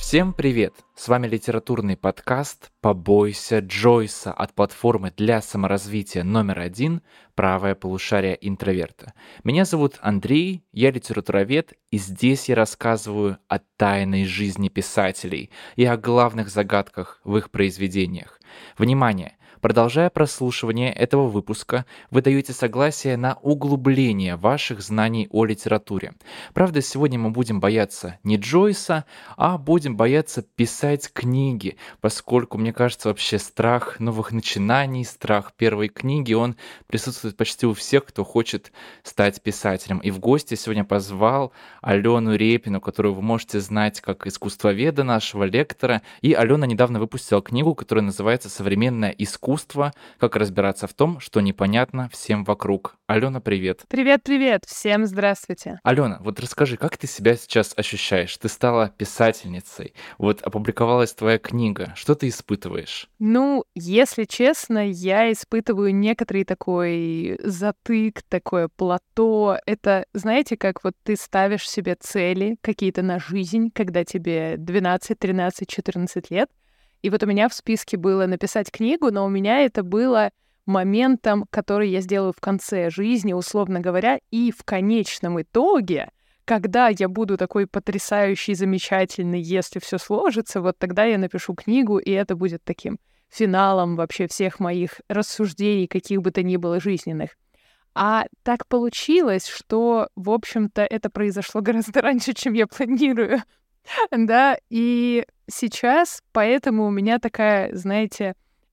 Всем привет! С вами литературный подкаст «Побойся Джойса» от платформы для саморазвития номер 1 «Правое полушарие интроверта». Меня зовут Андрей, я литературовед, и здесь я рассказываю о тайной жизни писателей и о главных загадках в их произведениях. Внимание! Продолжая прослушивание этого выпуска, вы даете согласие на углубление ваших знаний о литературе. Правда, сегодня мы будем бояться не Джойса, а будем бояться писать книги, поскольку, мне кажется, вообще страх новых начинаний, страх первой книги, он присутствует почти у всех, кто хочет стать писателем. И в гости сегодня позвал Алену Репину, которую вы можете знать как искусствоведа нашего лектора. И Алена недавно выпустила книгу, которая называется «Современное искусство. Как разбираться в том, что непонятно всем вокруг». Алена, привет. Привет-привет, всем здравствуйте. Алена, вот расскажи, как ты себя сейчас ощущаешь? Ты стала писательницей, вот опубликовалась твоя книга. Что ты испытываешь? Ну, если честно, я испытываю некоторый такой затык, такое плато. Это, знаете, как вот ты ставишь себе цели какие-то на жизнь, когда тебе 12, 13, 14 лет. И вот у меня в списке было написать книгу, но у меня это было моментом, который я сделаю в конце жизни, условно говоря, и в конечном итоге, когда я буду такой потрясающий, замечательный, если все сложится, вот тогда я напишу книгу, и это будет таким финалом вообще всех моих рассуждений, каких бы то ни было жизненных. А так получилось, что, в общем-то, это произошло гораздо раньше, чем я планирую. Да, и сейчас поэтому у меня такая, знаете,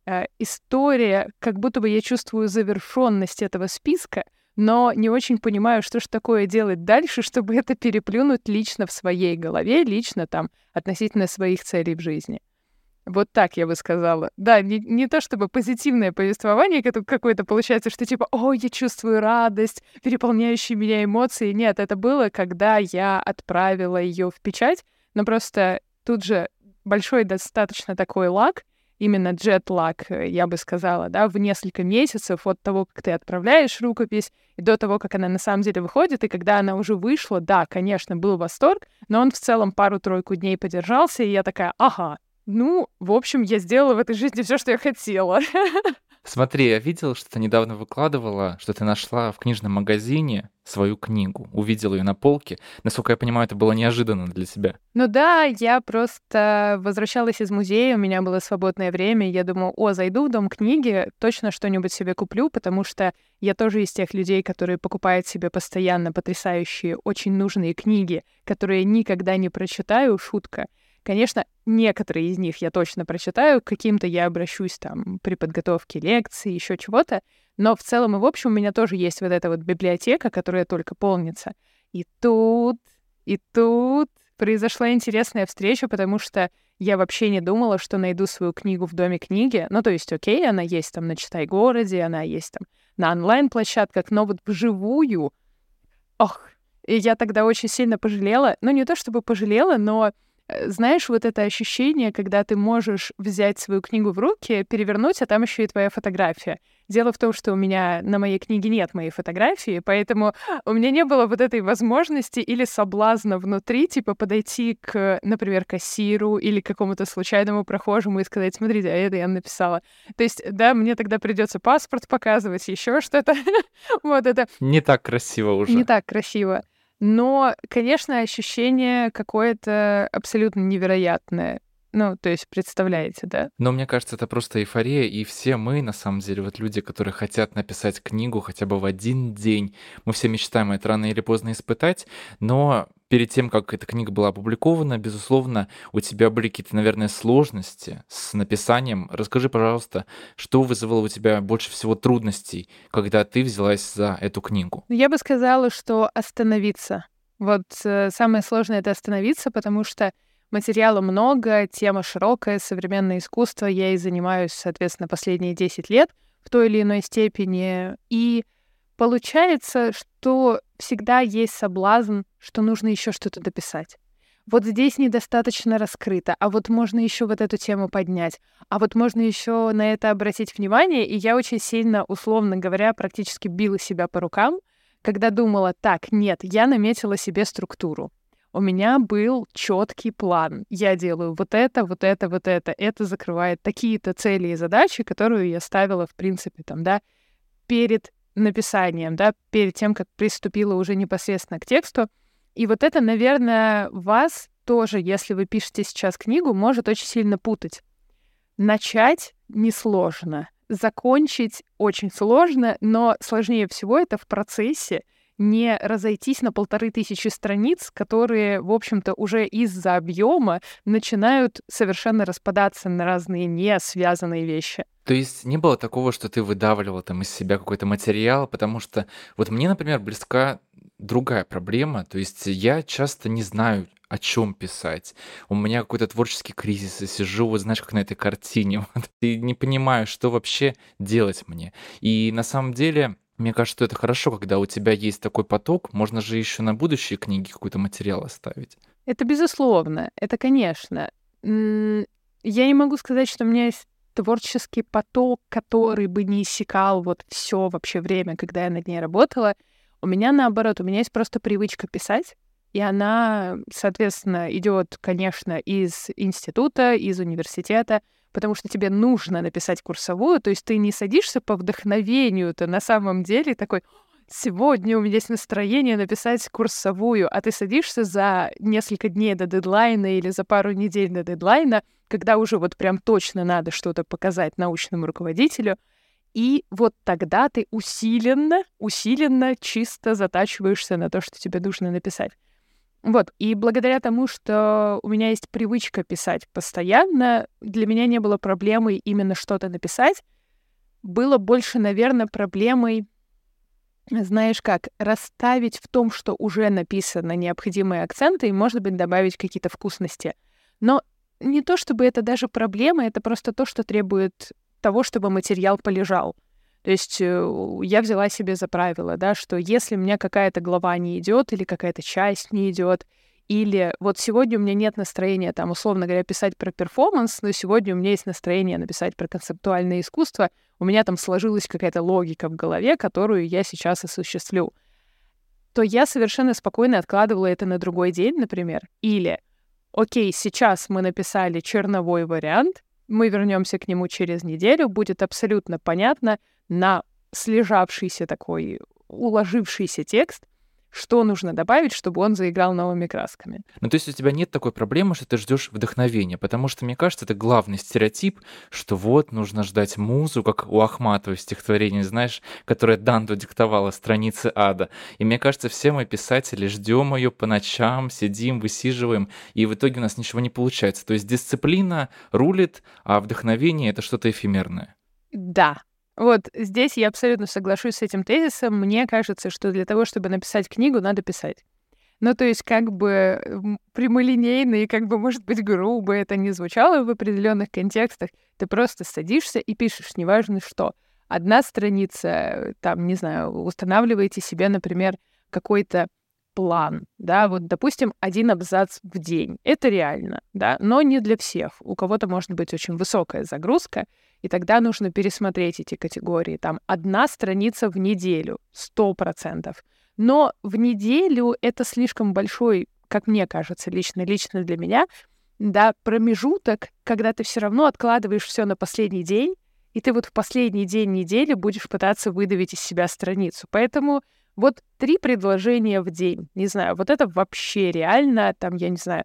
история, как будто бы я чувствую завершенность этого списка, но не очень понимаю, что ж такое делать дальше, чтобы это переплюнуть лично в своей голове, лично там относительно своих целей в жизни. Вот так я бы сказала. Да, не то чтобы позитивное повествование какое-то получается, что типа, ой, я чувствую радость, переполняющие меня эмоции. Нет, это было, когда я отправила ее в печать, но просто тут же большой достаточно такой лаг, именно джет-лаг, я бы сказала, да, в несколько месяцев от того, как ты отправляешь рукопись, и до того, как она на самом деле выходит, и когда она уже вышла, да, конечно, был восторг, но он в целом пару-тройку дней подержался, и я такая, ага, ну, в общем, я сделала в этой жизни все, что я хотела. Смотри, я видел, что ты недавно выкладывала, что ты нашла в книжном магазине свою книгу, увидела ее на полке. Насколько я понимаю, это было неожиданно для тебя. Ну да, я просто возвращалась из музея, у меня было свободное время, и я думаю, зайду в дом книги, точно что-нибудь себе куплю, потому что я тоже из тех людей, которые покупают себе постоянно потрясающие, очень нужные книги, которые никогда не прочитаю, шутка. Конечно, некоторые из них я точно прочитаю, к каким-то я обращусь там при подготовке лекций, еще чего-то, но в целом и в общем у меня тоже есть вот эта вот библиотека, которая только полнится. И тут произошла интересная встреча, потому что я вообще не думала, что найду свою книгу в Доме книги. Ну, то есть, окей, она есть там на Читай-городе, она есть там на онлайн-площадках, но вот вживую... И я тогда очень сильно пожалела. Ну, не то чтобы пожалела, но... Знаешь, вот это ощущение, когда ты можешь взять свою книгу в руки, перевернуть, а там еще и твоя фотография. Дело в том, что у меня на моей книге нет моей фотографии, поэтому у меня не было вот этой возможности или соблазна внутри, типа подойти к, например, кассиру или к какому-то случайному прохожему и сказать, смотрите, а это я написала. То есть, да, мне тогда придется паспорт показывать, еще что-то. Вот это Не так красиво уже. не так красиво. Но, конечно, ощущение какое-то абсолютно невероятное. Ну, то есть, представляете, да? Но мне кажется, это просто эйфория, и все мы, на самом деле, вот люди, которые хотят написать книгу хотя бы в один день, мы все мечтаем это рано или поздно испытать, но перед тем, как эта книга была опубликована, безусловно, у тебя были какие-то, наверное, сложности с написанием. Расскажи, пожалуйста, что вызывало у тебя больше всего трудностей, когда ты взялась за эту книгу? Я бы сказала, что остановиться. Вот самое сложное — это остановиться, потому что материала много, тема широкая, современное искусство. Я и занимаюсь, соответственно, последние 10 лет в той или иной степени. И получается, что всегда есть соблазн, что нужно еще что-то дописать. Вот здесь недостаточно раскрыто, а вот можно еще вот эту тему поднять, а вот можно еще на это обратить внимание. И я очень сильно, условно говоря, практически била себя по рукам, когда думала, так, нет, я наметила себе структуру. у меня был четкий план. Я делаю вот это, вот это, вот это. Это закрывает такие-то цели и задачи, которые я ставила, в принципе, там, да, перед написанием, да, перед тем, как приступила уже непосредственно к тексту. И вот это, наверное, вас тоже, если вы пишете сейчас книгу, может очень сильно путать. Начать несложно, закончить очень сложно, но сложнее всего это в процессе не разойтись на 1500 страниц, которые, в общем-то, уже из-за объема начинают совершенно распадаться на разные не связанные вещи. То есть не было такого, что ты выдавливал там из себя какой-то материал, потому что вот мне, например, близка другая проблема. То есть я часто не знаю, о чем писать. У меня какой-то творческий кризис, и сижу, вот знаешь, как на этой картине, вот, и не понимаю, что вообще делать мне. И на самом деле, мне кажется, что это хорошо, когда у тебя есть такой поток, можно же еще на будущие книги какой-то материал оставить. Это безусловно, это конечно. Я не могу сказать, что у меня есть творческий поток, который бы не иссякал вот все вообще время, когда я над ней работала. У меня наоборот, у меня есть просто привычка писать, и она, соответственно, идет, конечно, из института, из университета, потому что тебе нужно написать курсовую, то есть ты не садишься по вдохновению, ты на самом деле такой: сегодня у меня есть настроение написать курсовую, а ты садишься за несколько дней до дедлайна или за пару недель до дедлайна, когда уже вот прям точно надо что-то показать научному руководителю, и вот тогда ты усиленно чисто затачиваешься на то, что тебе нужно написать. Вот, и благодаря тому, что у меня есть привычка писать постоянно, для меня не было проблемой именно что-то написать. Было больше, наверное, проблемой, знаешь как, расставить в том, что уже написано, необходимые акценты и, может быть, добавить какие-то вкусности. Но не то чтобы это даже проблема, это просто то, что требует того, чтобы материал полежал. То есть я взяла себе за правило, да, что если у меня какая-то глава не идет или какая-то часть не идет, или вот сегодня у меня нет настроения, там, условно говоря, писать про перформанс, но сегодня у меня есть настроение написать про концептуальное искусство, у меня там сложилась какая-то логика в голове, которую я сейчас осуществлю, то я совершенно спокойно откладывала это на другой день, например. Или, окей, сейчас мы написали черновой вариант, мы вернемся к нему через неделю, будет абсолютно понятно на слежавшийся такой, уложившийся текст, что нужно добавить, чтобы он заиграл новыми красками. Ну, то есть у тебя нет такой проблемы, что ты ждешь вдохновения, потому что, мне кажется, это главный стереотип, что вот нужно ждать музу, как у Ахматовой в стихотворении, знаешь, которое Данду диктовала «Страницы ада». И мне кажется, все мы, писатели, ждем ее по ночам, сидим, высиживаем, и в итоге у нас ничего не получается. То есть дисциплина рулит, а вдохновение — это что-то эфемерное. Да. Вот здесь я абсолютно соглашусь с этим тезисом. Мне кажется, что для того, чтобы написать книгу, надо писать. Ну, то есть как бы прямолинейно и как бы, может быть, грубо это не звучало в определенных контекстах, ты просто садишься и пишешь, неважно что. Одна страница, там, не знаю, устанавливаете себе, например, какой-то план, да, вот, допустим, 1 абзац в день. Это реально, да, но не для всех. У кого-то может быть очень высокая загрузка, и тогда нужно пересмотреть эти категории. Там 1 страница в неделю, 100%. Но в неделю это слишком большой, как мне кажется, лично для меня, да, промежуток, когда ты все равно откладываешь все на последний день, и ты вот в последний день недели будешь пытаться выдавить из себя страницу. Поэтому вот 3 предложения в день. Не знаю, вот это вообще реально, там, я не знаю.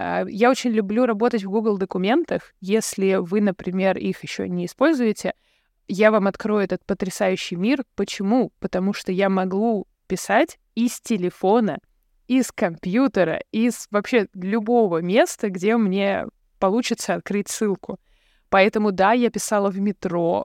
Я очень люблю работать в Google документах. Если вы, например, их еще не используете, я вам открою этот потрясающий мир. Почему? Потому что я могу писать из телефона, из компьютера, из вообще любого места, где мне получится открыть ссылку. Поэтому, да, я писала в метро.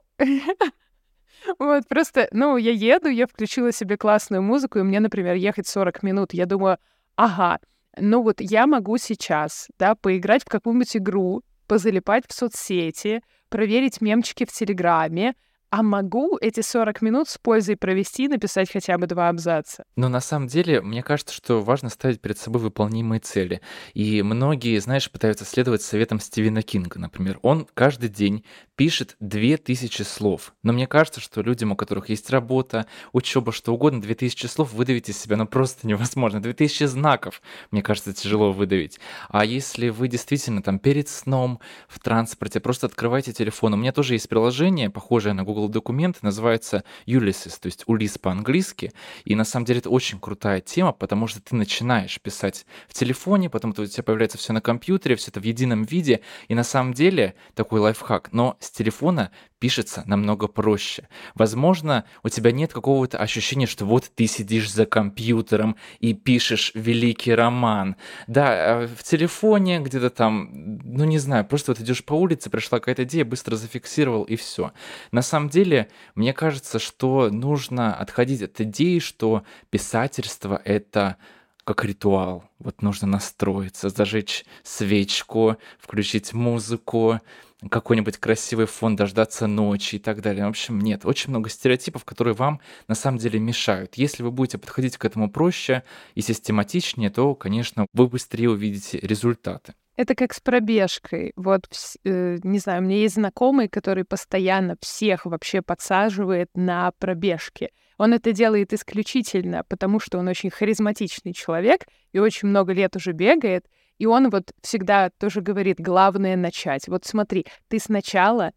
Вот, просто, ну, я еду, я включила себе классную музыку, и мне, например, ехать 40 минут. Я думаю, ага, ну вот я могу сейчас, да, поиграть в какую-нибудь игру, позалипать в соцсети, проверить мемчики в Телеграме, а могу эти 40 минут с пользой провести, написать хотя бы 2 абзаца. Но на самом деле, мне кажется, что важно ставить перед собой выполнимые цели. И многие, знаешь, пытаются следовать советам Стивена Кинга, например. Он каждый день пишет 2000 слов. Но мне кажется, что людям, у которых есть работа, учеба, что угодно, 2000 слов выдавить из себя, ну просто невозможно. 2000 знаков, мне кажется, тяжело выдавить. А если вы действительно там перед сном, в транспорте, просто открывайте телефон. У меня тоже есть приложение, похожее на Google Документы, называется Ulysses, то есть Улис по-английски. И на самом деле это очень крутая тема, потому что ты начинаешь писать в телефоне, потом у тебя появляется все на компьютере, все это в едином виде. И на самом деле такой лайфхак, но с телефона пишется намного проще. Возможно, у тебя нет какого-то ощущения, что вот ты сидишь за компьютером и пишешь великий роман. Да, в телефоне где-то там, ну не знаю, просто вот идешь по улице, пришла какая-то идея, быстро зафиксировал и все. На самом деле, мне кажется, что нужно отходить от идеи, что писательство — это как ритуал. Вот нужно настроиться, зажечь свечку, включить музыку, какой-нибудь красивый фон, дождаться ночи и так далее. В общем, нет, очень много стереотипов, которые вам на самом деле мешают. Если вы будете подходить к этому проще и систематичнее, то, конечно, вы быстрее увидите результаты. Это как с пробежкой. Вот, не знаю, у меня есть знакомый, который постоянно всех вообще подсаживает на пробежки. Он это делает исключительно потому, что он очень харизматичный человек и очень много лет уже бегает. И он вот всегда тоже говорит, главное начать. Вот смотри, ты сначала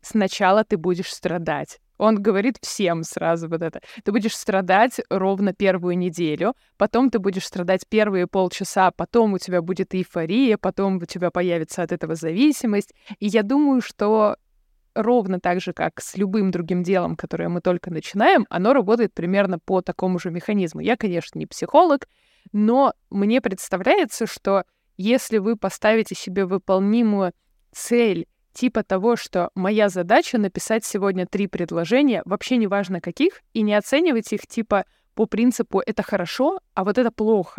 ты будешь страдать. Он говорит всем сразу вот это. Ты будешь страдать ровно первую неделю, потом ты будешь страдать первые полчаса, потом у тебя будет эйфория, потом у тебя появится от этого зависимость. И я думаю, что ровно так же, как с любым другим делом, которое мы только начинаем, оно работает примерно по такому же механизму. Я, конечно, не психолог, но мне представляется, что если вы поставите себе выполнимую цель, типа того, что моя задача написать сегодня 3 предложения, вообще неважно каких, и не оценивать их типа по принципу «это хорошо, а вот это плохо,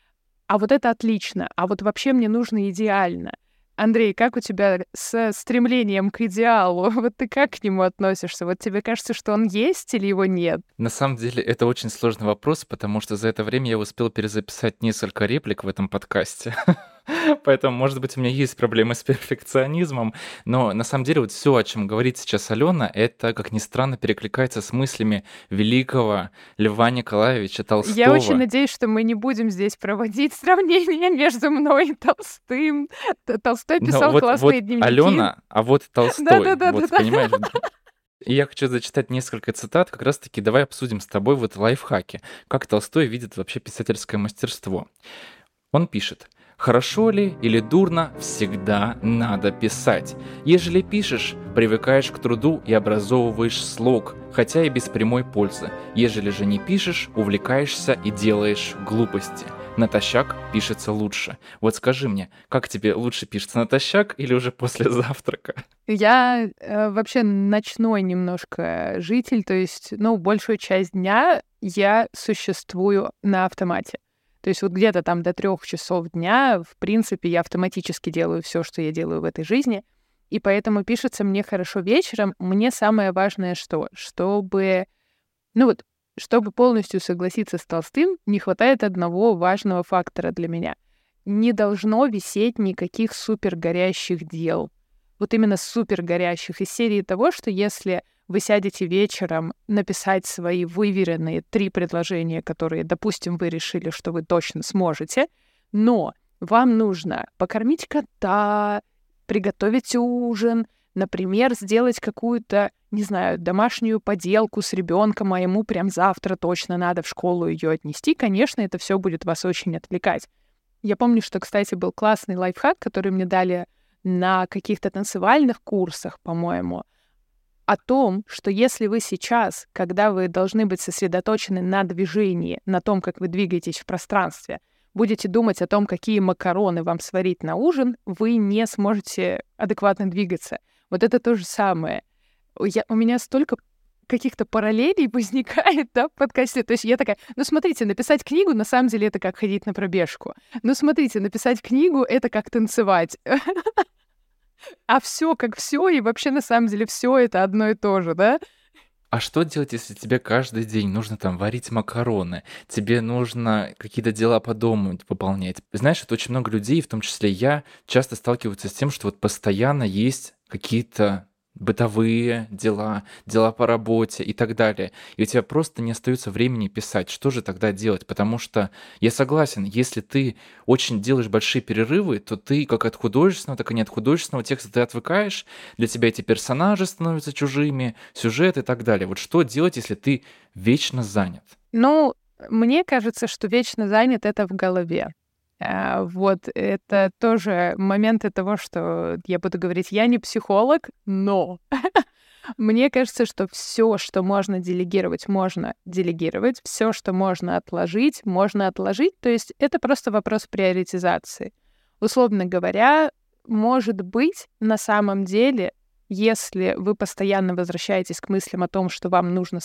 а вот это отлично, а вот вообще мне нужно идеально». Андрей, как у тебя с стремлением к идеалу? Вот ты как к нему относишься? Вот тебе кажется, что он есть или его нет? На самом деле это очень сложный вопрос, потому что за это время я успел перезаписать несколько реплик в этом подкасте. Поэтому, может быть, у меня есть проблемы с перфекционизмом, но на самом деле вот все, о чем говорит сейчас Алена, это, как ни странно, перекликается с мыслями великого Льва Николаевича Я очень Толстого. надеюсь, что мы не будем здесь проводить сравнение между мной и Толстым. Толстой Но писал вот классные дневники. Алена, а вот Толстой, вот Да-да-да-да-да. понимаешь? И я хочу зачитать несколько цитат, как раз-таки давай обсудим с тобой вот лайфхаки, как Толстой видит вообще писательское мастерство. Он пишет: «Хорошо ли или дурно, всегда надо писать. Ежели пишешь, привыкаешь к труду и образовываешь слог, хотя и без прямой пользы. Ежели же не пишешь, увлекаешься и делаешь глупости. Натощак пишется лучше». Вот скажи мне, как тебе лучше пишется, натощак или уже после завтрака? Я вообще ночной немножко житель, то есть, большую часть дня я существую на автомате. То есть вот где-то там до 3 часов дня, в принципе, я автоматически делаю все, что я делаю в этой жизни, и поэтому пишется мне хорошо вечером. Мне самое важное что? Чтобы полностью согласиться с Толстым, не хватает одного важного фактора для меня. Не должно висеть никаких супергорящих дел. Вот именно супергорящих из серии того, что если вы сядете вечером написать свои выверенные 3 предложения, которые, допустим, вы решили, что вы точно сможете, но вам нужно покормить кота, приготовить ужин, например, сделать какую-то, не знаю, домашнюю поделку с ребенком, а ему прям завтра точно надо в школу ее отнести, конечно, это все будет вас очень отвлекать. Я помню, что, кстати, был классный лайфхак, который мне дали на каких-то танцевальных курсах, по-моему, о том, что если вы сейчас, когда вы должны быть сосредоточены на движении, на том, как вы двигаетесь в пространстве, будете думать о том, какие макароны вам сварить на ужин, вы не сможете адекватно двигаться. Вот это то же самое. У меня столько каких-то параллелей возникает, да, в подкасте. То есть я такая, смотрите, написать книгу, на самом деле, это как ходить на пробежку. Смотрите, написать книгу — это как танцевать. А все как все, и вообще, на самом деле, все это одно и то же, да? А что делать, если тебе каждый день нужно там варить макароны, тебе нужно какие-то дела по дому выполнять? Знаешь, это очень много людей, в том числе я, часто сталкиваются с тем, что вот постоянно есть какие-то бытовые дела, дела по работе и так далее. И у тебя просто не остается времени писать. Что же тогда делать? Потому что я согласен, если ты очень делаешь большие перерывы, то ты как от художественного, так и не от художественного текста ты отвыкаешь, для тебя эти персонажи становятся чужими, сюжет и так далее. Вот что делать, если ты вечно занят? Ну, мне кажется, что вечно занят — это в голове. Вот это тоже моменты того, что я буду говорить, я не психолог, но мне кажется, что все, что можно делегировать, все, что можно отложить. То есть это просто вопрос приоритизации. Условно говоря, может быть, на самом деле, если вы постоянно возвращаетесь к мыслям о том, что вам нужно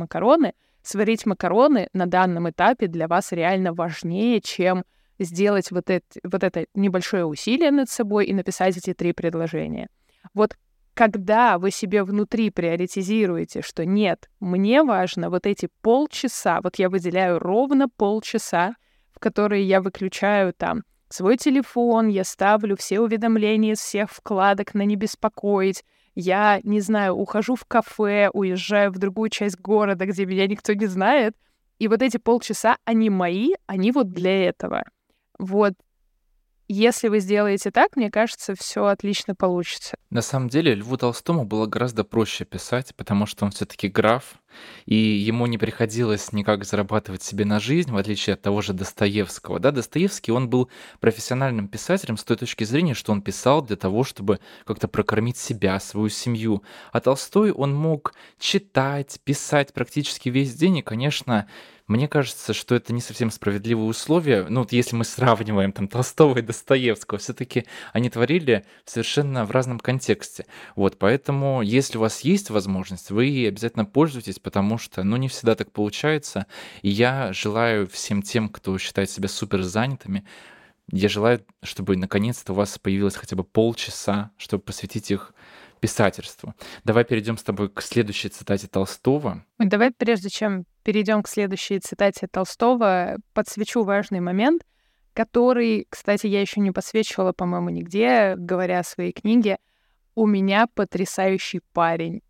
сварить макароны на данном этапе для вас реально важнее, чем сделать вот это небольшое усилие над собой и написать эти 3 предложения. Вот когда вы себе внутри приоритизируете, что нет, мне важно вот эти полчаса, вот я выделяю ровно полчаса, в которые я выключаю там свой телефон, я ставлю все уведомления из всех вкладок на «не беспокоить», я, не знаю, ухожу в кафе, уезжаю в другую часть города, где меня никто не знает, и вот эти полчаса, они мои, они вот для этого. Вот если вы сделаете так, мне кажется, все отлично получится. На самом деле Льву Толстому было гораздо проще писать, потому что он все-таки граф, и ему не приходилось никак зарабатывать себе на жизнь, в отличие от того же Достоевского. Да, Достоевский, он был профессиональным писателем с той точки зрения, что он писал для того, чтобы как-то прокормить себя, свою семью. А Толстой, он мог читать, писать практически весь день, и, конечно, мне кажется, что это не совсем справедливые условия. Ну, вот если мы сравниваем там Толстого и Достоевского, все-таки они творили совершенно в разном контексте. Вот, поэтому, если у вас есть возможность, вы обязательно пользуйтесь, потому что, ну, не всегда так получается. И я желаю всем тем, кто считает себя супер занятыми, я желаю, чтобы наконец-то у вас появилось хотя бы полчаса, чтобы посвятить их писательству. Давай перейдем с тобой к следующей цитате Толстого. Давай, прежде чем перейдем к следующей цитате Толстого, подсвечу важный момент, который, кстати, я еще не подсвечивала, по-моему, нигде, говоря о своей книге. У меня потрясающий парень.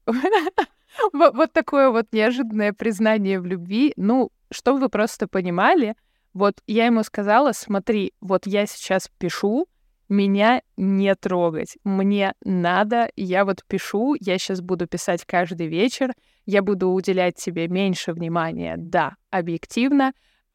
Вот такое вот неожиданное признание в любви. Ну, чтобы вы просто понимали, вот я ему сказала, смотри, вот я сейчас пишу, меня не трогать. Мне надо, я вот пишу, я сейчас буду писать каждый вечер, я буду уделять тебе меньше внимания. Да, объективно,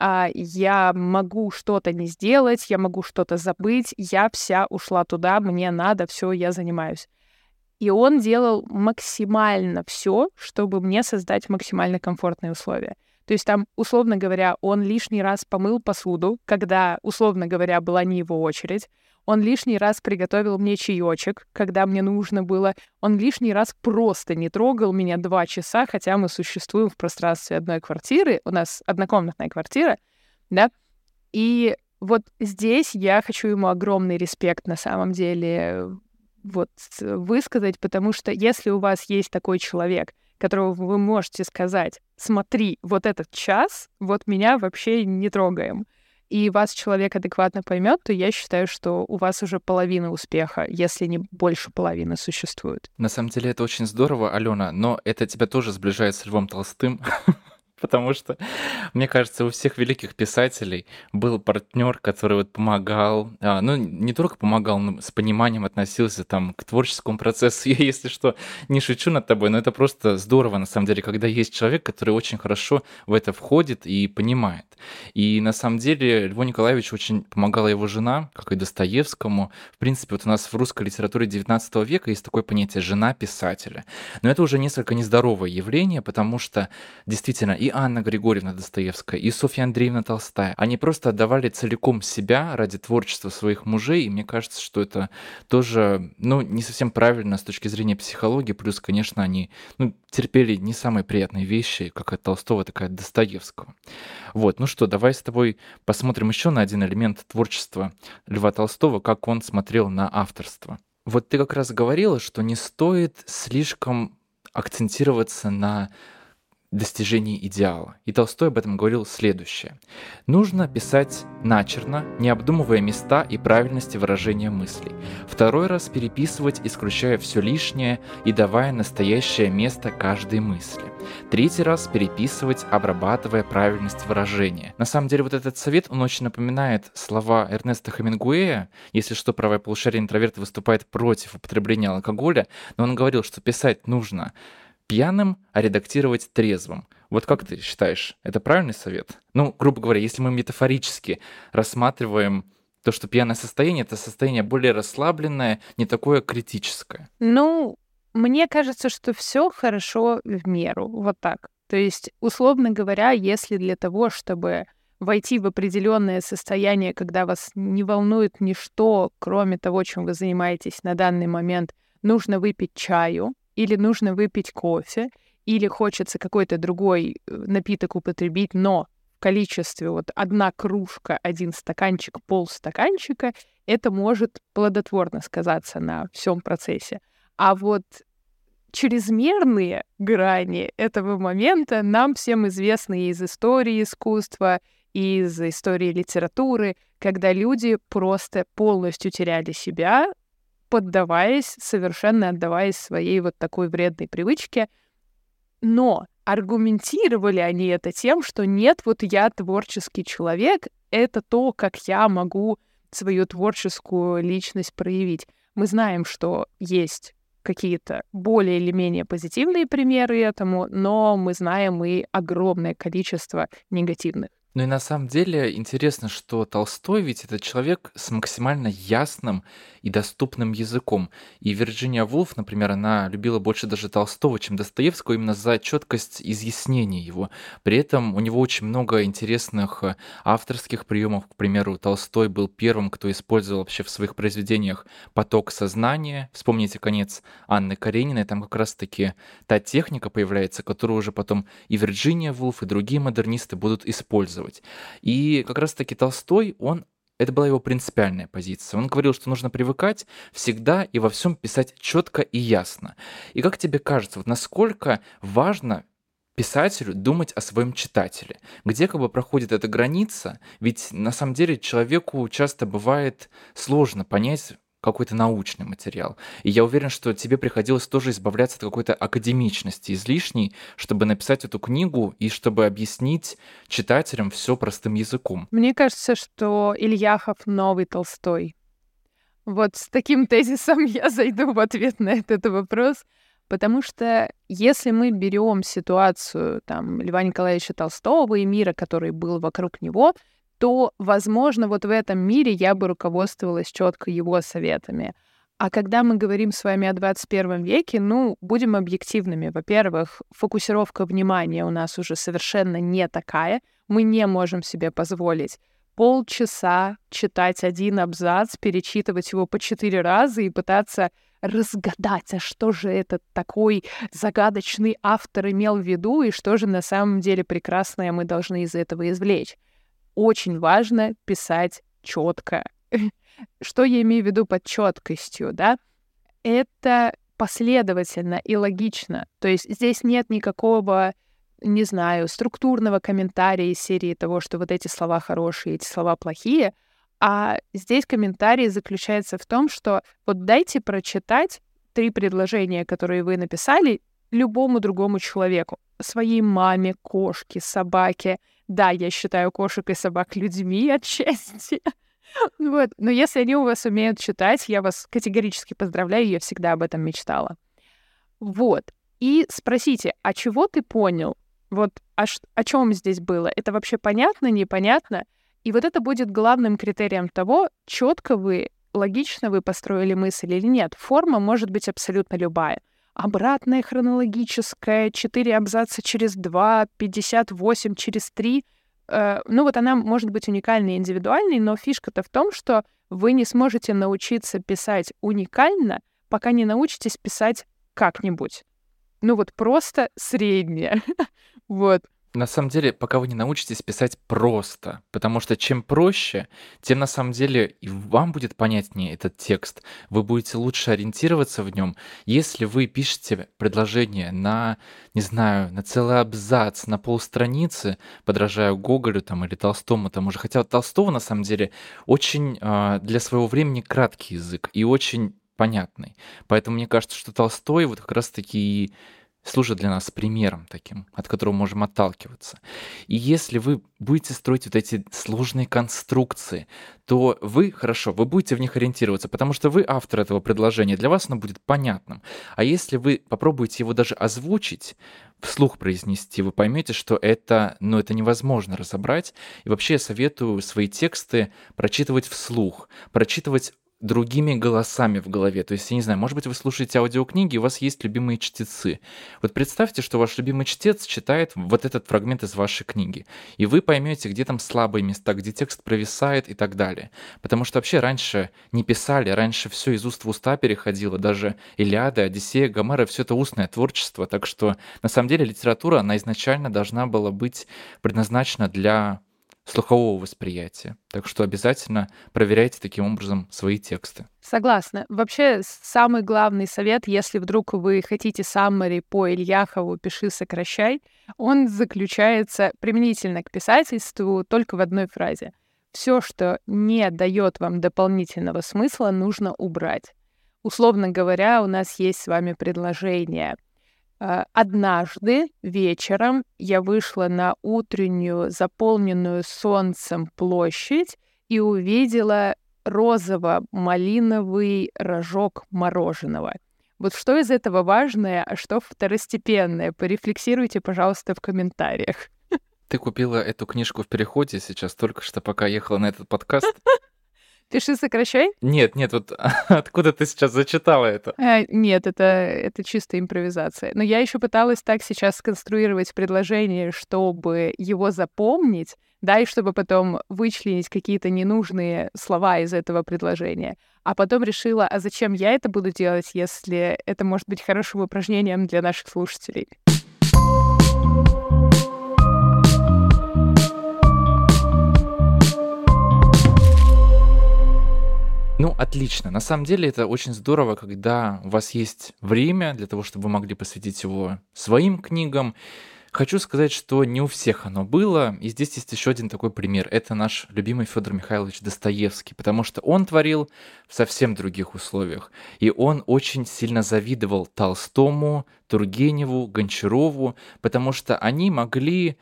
я могу что-то не сделать, я могу что-то забыть, я вся ушла туда, мне надо, все, я занимаюсь. И он делал максимально все, чтобы мне создать максимально комфортные условия. То есть там, условно говоря, он лишний раз помыл посуду, когда, условно говоря, была не его очередь. Он лишний раз приготовил мне чаечек, когда мне нужно было. Он лишний раз просто не трогал меня 2 часа, хотя мы существуем в пространстве одной квартиры. У нас однокомнатная квартира, да. И вот здесь я хочу ему огромный респект на самом деле вот высказать, потому что если у вас есть такой человек, которого вы можете сказать, смотри, вот этот час, вот меня вообще не трогаем, и вас человек адекватно поймет, то я считаю, что у вас уже половина успеха, если не больше половины существует. На самом деле это очень здорово, Алена, но это тебя тоже сближает с Львом Толстым. Потому что, мне кажется, у всех великих писателей был партнер, который вот помогал, ну, не только помогал, но с пониманием относился там к творческому процессу. Я, если что, не шучу над тобой, но это просто здорово, на самом деле, когда есть человек, который очень хорошо в это входит и понимает. И на самом деле Льву Николаевичу очень помогала его жена, как и Достоевскому. В принципе, вот у нас в русской литературе XIX века есть такое понятие «жена писателя». Но это уже несколько нездоровое явление, потому что действительно и Анна Григорьевна Достоевская, и Софья Андреевна Толстая, они просто отдавали целиком себя ради творчества своих мужей, и мне кажется, что это тоже, ну, не совсем правильно с точки зрения психологии, плюс, конечно, они, ну, терпели не самые приятные вещи, как от Толстого, так и от Достоевского. Вот, ну что, давай с тобой посмотрим еще на один элемент творчества Льва Толстого, как он смотрел на авторство. Вот ты как раз говорила, что не стоит слишком акцентироваться на достижении идеала. И Толстой об этом говорил следующее. Нужно писать начерно, не обдумывая места и правильности выражения мыслей. Второй раз переписывать, исключая все лишнее и давая настоящее место каждой мысли. Третий раз переписывать, обрабатывая правильность выражения. На самом деле вот этот совет, он очень напоминает слова Эрнеста Хемингуэя. Если что, правое полушарие интроверта выступает против употребления алкоголя, но он говорил, что писать нужно пьяным, а редактировать трезвым. Вот как ты считаешь, это правильный совет? Ну, грубо говоря, если мы метафорически рассматриваем то, что пьяное состояние — это состояние более расслабленное, не такое критическое. Ну, мне кажется, что все хорошо в меру, вот так. То есть, условно говоря, если для того, чтобы войти в определенное состояние, когда вас не волнует ничто, кроме того, чем вы занимаетесь на данный момент, нужно выпить чаю, или нужно выпить кофе, или хочется какой-то другой напиток употребить, но в количестве вот 1 кружка, 1 стаканчик, полстаканчика, это может плодотворно сказаться на всем процессе. А вот чрезмерные грани этого момента нам всем известны из истории искусства, из истории литературы, когда люди просто полностью теряли себя, поддаваясь, совершенно отдаваясь своей вот такой вредной привычке. Но аргументировали они это тем, что нет, вот я творческий человек, это то, как я могу свою творческую личность проявить. Мы знаем, что есть какие-то более или менее позитивные примеры этому, но мы знаем и огромное количество негативных. Ну и на самом деле интересно, что Толстой ведь это человек с максимально ясным и доступным языком. И Вирджиния Вулф, например, она любила больше даже Толстого, чем Достоевского, именно за четкость изъяснения его. При этом у него очень много интересных авторских приемов. К примеру, Толстой был первым, кто использовал вообще в своих произведениях поток сознания. Вспомните конец Анны Карениной, там как раз-таки та техника появляется, которую уже потом и Вирджиния Вулф, и другие модернисты будут использовать. И как раз-таки Толстой, это была его принципиальная позиция. Он говорил, что нужно привыкать всегда и во всем писать четко и ясно. И как тебе кажется, вот насколько важно писателю думать о своем читателе? Где как бы проходит эта граница? Ведь на самом деле человеку часто бывает сложно понять какой-то научный материал. И я уверен, что тебе приходилось тоже избавляться от какой-то академичности излишней, чтобы написать эту книгу и чтобы объяснить читателям все простым языком. Мне кажется, что Ильяхов новый Толстой. Вот с таким тезисом я зайду в ответ на этот вопрос, потому что если мы берем ситуацию там Льва Николаевича Толстого и мира, который был вокруг него, то, возможно, вот в этом мире я бы руководствовалась четко его советами. А когда мы говорим с вами о 21 веке, будем объективными. Во-первых, фокусировка внимания у нас уже совершенно не такая. Мы не можем себе позволить полчаса читать один абзац, перечитывать его по 4 раза и пытаться разгадать, а что же этот такой загадочный автор имел в виду, и что же на самом деле прекрасное мы должны из этого извлечь. Очень важно писать четко. Что я имею в виду под четкостью, да? Это последовательно и логично. То есть здесь нет никакого, не знаю, структурного комментария из серии того, что вот эти слова хорошие, эти слова плохие, а здесь комментарий заключается в том, что вот дайте прочитать 3 предложения, которые вы написали, любому другому человеку. Своей маме, кошке, собаке. Да, я считаю кошек и собак людьми отчасти. Вот. Но если они у вас умеют читать, я вас категорически поздравляю, я всегда об этом мечтала. Вот. И спросите, а чего ты понял? Вот о чем здесь было? Это вообще понятно, непонятно? И вот это будет главным критерием того, четко вы, логично вы построили мысль или нет. Форма может быть абсолютно любая. Обратная хронологическая, 4 абзаца через 2, 58 через 3. Вот она может быть уникальной и индивидуальной, но фишка-то в том, что вы не сможете научиться писать уникально, пока не научитесь писать как-нибудь. Вот просто среднее. Вот. На самом деле, пока вы не научитесь писать просто, потому что чем проще, тем на самом деле и вам будет понятнее этот текст, вы будете лучше ориентироваться в нем. Если вы пишете предложение на, не знаю, на целый абзац, на полстраницы, подражая Гоголю там, или Толстому тому же, хотя вот Толстого на самом деле очень для своего времени краткий язык и очень понятный. Поэтому мне кажется, что Толстой вот как раз-таки и служит для нас примером таким, от которого можем отталкиваться. И если вы будете строить вот эти сложные конструкции, то вы, хорошо, вы будете в них ориентироваться, потому что вы автор этого предложения, для вас оно будет понятным. А если вы попробуете его даже озвучить, вслух произнести, вы поймете, что это, ну, это невозможно разобрать. И вообще я советую свои тексты прочитывать вслух, прочитывать другими голосами в голове. То есть, я не знаю, может быть, вы слушаете аудиокниги, у вас есть любимые чтецы. Вот представьте, что ваш любимый чтец читает вот этот фрагмент из вашей книги, и вы поймете, где там слабые места, где текст провисает и так далее. Потому что вообще раньше не писали, раньше все из уст в уста переходило, даже Илиада, Одиссея, Гомера, все это устное творчество. Так что, на самом деле, литература, она изначально должна была быть предназначена для слухового восприятия. Так что обязательно проверяйте таким образом свои тексты. Согласна. Вообще, самый главный совет, если вдруг вы хотите саммари по Ильяхову «Пиши, сокращай», он заключается применительно к писательству только в одной фразе. Все, что не дает вам дополнительного смысла, нужно убрать. Условно говоря, у нас есть с вами предложение. Однажды вечером я вышла на утреннюю, заполненную солнцем площадь и увидела розово-малиновый рожок мороженого. Вот что из этого важное, а что второстепенное? Порефлексируйте, пожалуйста, в комментариях. Ты купила эту книжку в переходе сейчас, только что пока ехала на этот подкаст? «Пиши, сокращай»? Нет, вот откуда ты сейчас зачитала это? Нет, это чистая импровизация. Но я еще пыталась так сейчас сконструировать предложение, чтобы его запомнить, да, и чтобы потом вычленить какие-то ненужные слова из этого предложения. А потом решила, а зачем я это буду делать, если это может быть хорошим упражнением для наших слушателей? Ну, отлично. На самом деле это очень здорово, когда у вас есть время для того, чтобы вы могли посвятить его своим книгам. Хочу сказать, что не у всех оно было, и здесь есть еще один такой пример. Это наш любимый Федор Михайлович Достоевский, потому что он творил в совсем других условиях, и он очень сильно завидовал Толстому, Тургеневу, Гончарову, потому что они могли,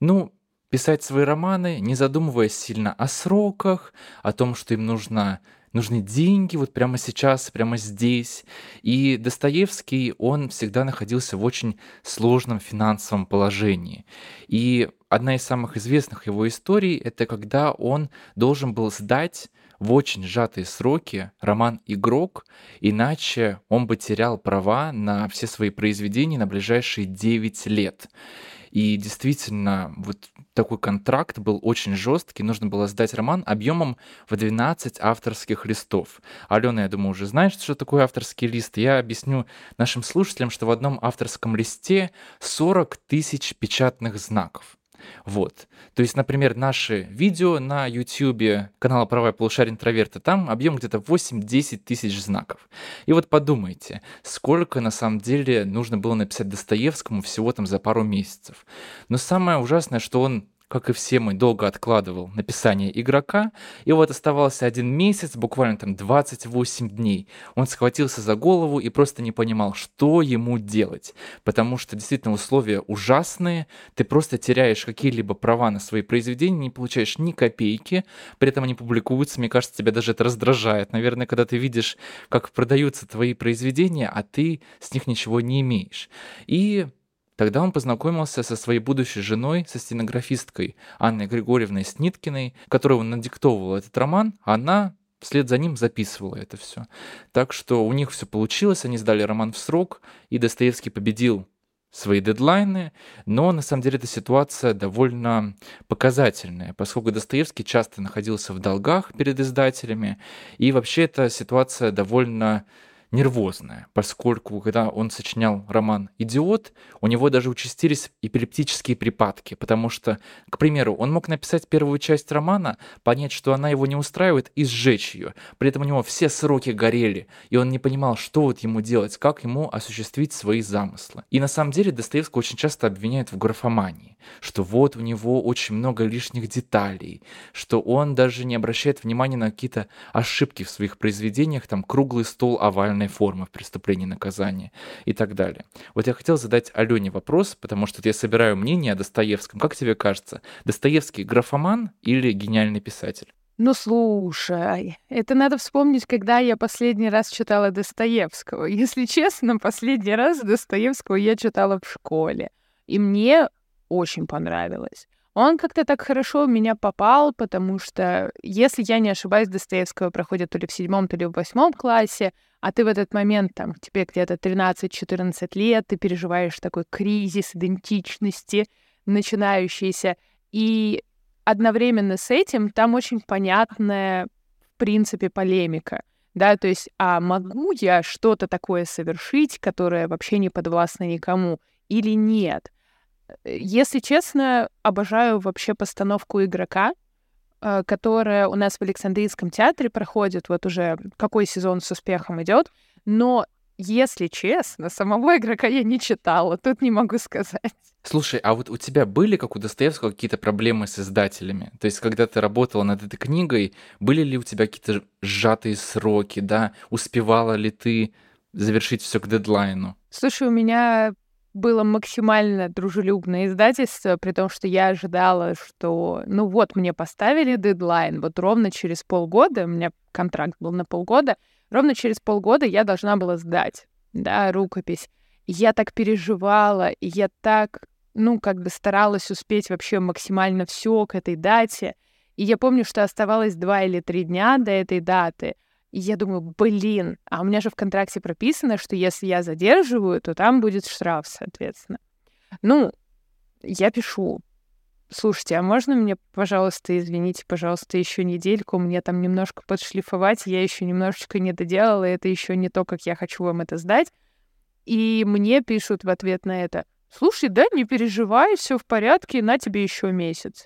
писать свои романы, не задумываясь сильно о сроках, о том, что им нужны деньги вот прямо сейчас, прямо здесь. И Достоевский, он всегда находился в очень сложном финансовом положении. И одна из самых известных его историй — это когда он должен был сдать в очень сжатые сроки роман «Игрок», иначе он бы терял права на все свои произведения на ближайшие 9 лет. И действительно, вот такой контракт был очень жесткий. Нужно было сдать роман объемом в 12 авторских листов. Алена, я думаю, уже знает, что такое авторский лист. Я объясню нашим слушателям, что в одном авторском листе 40 тысяч печатных знаков. Вот. То есть, например, наши видео на YouTube канала «Правое полушарие интроверта», там объем где-то 8-10 тысяч знаков. И вот подумайте, сколько на самом деле нужно было написать Достоевскому всего там за пару месяцев. Но самое ужасное, что он, как и все мы, долго откладывал написание «Игрока», и вот оставался 1 месяц, буквально там 28 дней. Он схватился за голову и просто не понимал, что ему делать, потому что действительно условия ужасные, ты просто теряешь какие-либо права на свои произведения, не получаешь ни копейки, при этом они публикуются, мне кажется, тебя даже это раздражает. Наверное, когда ты видишь, как продаются твои произведения, а ты с них ничего не имеешь. И тогда он познакомился со своей будущей женой, со стенографисткой Анной Григорьевной Сниткиной, которой он надиктовывал этот роман, а она вслед за ним записывала это все. Так что у них все получилось, они сдали роман в срок, и Достоевский победил свои дедлайны, но на самом деле эта ситуация довольно показательная, поскольку Достоевский часто находился в долгах перед издателями, и вообще эта ситуация довольно нервозная, поскольку, когда он сочинял роман «Идиот», у него даже участились эпилептические припадки, потому что, к примеру, он мог написать первую часть романа, понять, что она его не устраивает, и сжечь ее. При этом у него все сроки горели, и он не понимал, что вот ему делать, как ему осуществить свои замыслы. И на самом деле Достоевского очень часто обвиняют в графомании, что вот у него очень много лишних деталей, что он даже не обращает внимания на какие-то ошибки в своих произведениях, там круглый стол овальной формы в «Преступлении и наказании» и так далее. Вот я хотел задать Алене вопрос, потому что я собираю мнение о Достоевском. Как тебе кажется, Достоевский графоман или гениальный писатель? Ну, слушай, это надо вспомнить, когда я последний раз читала Достоевского. Если честно, последний раз Достоевского я читала в школе. И мне очень понравилось. Он как-то так хорошо в меня попал, потому что, если я не ошибаюсь, Достоевского проходит то ли в 7, то ли в 8 классе, а ты в этот момент, там, тебе где-то 13-14 лет, ты переживаешь такой кризис идентичности начинающийся. И одновременно с этим там очень понятная, в принципе, полемика. Да, то есть, а могу я что-то такое совершить, которое вообще не подвластно никому, или нет? Если честно, обожаю вообще постановку «Игрока», которая у нас в Александрийском театре проходит, вот уже какой сезон с успехом идет, но, если честно, самого «Игрока» я не читала, тут не могу сказать. Слушай, а вот у тебя были, как у Достоевского, какие-то проблемы с издателями? То есть, когда ты работала над этой книгой, были ли у тебя какие-то сжатые сроки, да? Успевала ли ты завершить все к дедлайну? Слушай, у меня было максимально дружелюбное издательство, при том, что я ожидала, что, ну вот, мне поставили дедлайн, вот ровно через полгода, у меня контракт был на полгода, ровно через полгода я должна была сдать, да, рукопись. И я так переживала, и я так, ну, как бы старалась успеть вообще максимально все к этой дате. И я помню, что оставалось 2 или 3 дня до этой даты. И я думаю, блин, а у меня же в контракте прописано, что если я задерживаю, то там будет штраф, соответственно. Ну, я пишу. Слушайте, а можно мне, пожалуйста, извините, пожалуйста, еще недельку, мне там немножко подшлифовать, я еще немножечко не доделала, это еще не то, как я хочу вам это сдать. И мне пишут в ответ на это: слушай, да, не переживай, все в порядке, на тебе еще месяц.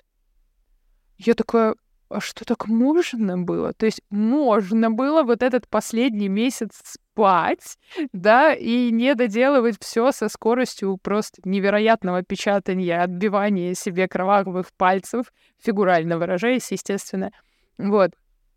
Я такая, а что, так можно было? То есть можно было вот этот последний месяц спать, да, и не доделывать все со скоростью просто невероятного печатания, отбивания себе кровавых пальцев, фигурально выражаясь, естественно. Вот.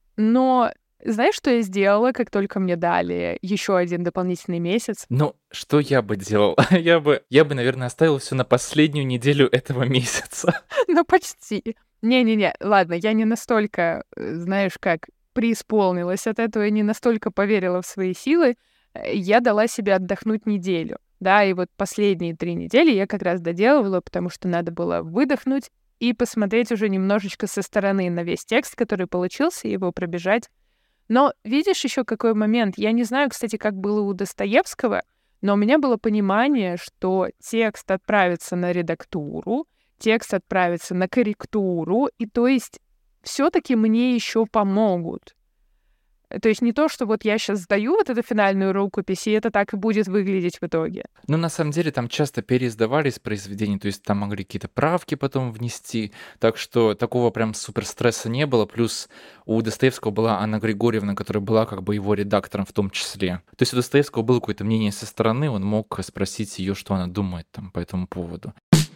Но знаешь, что я сделала, как только мне дали еще один дополнительный месяц? Ну, что я бы делал? Я бы, наверное, оставил все на последнюю неделю этого месяца. Ну, почти. Не-не-не, ладно, я не настолько, знаешь, как преисполнилась от этого, и не настолько поверила в свои силы. Я дала себе отдохнуть неделю, да, и вот последние 3 недели я как раз доделывала, потому что надо было выдохнуть и посмотреть уже немножечко со стороны на весь текст, который получился, и его пробежать. Но видишь еще какой момент? Я не знаю, кстати, как было у Достоевского, но у меня было понимание, что текст отправится на редактуру, текст отправится на корректуру, и то есть все-таки мне еще помогут. То есть не то, что вот я сейчас сдаю вот эту финальную рукопись, и это так и будет выглядеть в итоге. Ну, на самом деле, там часто переиздавались произведения, то есть там могли какие-то правки потом внести, так что такого прям супер стресса не было. Плюс у Достоевского была Анна Григорьевна, которая была как бы его редактором в том числе. То есть у Достоевского было какое-то мнение со стороны, он мог спросить ее, что она думает там по этому поводу.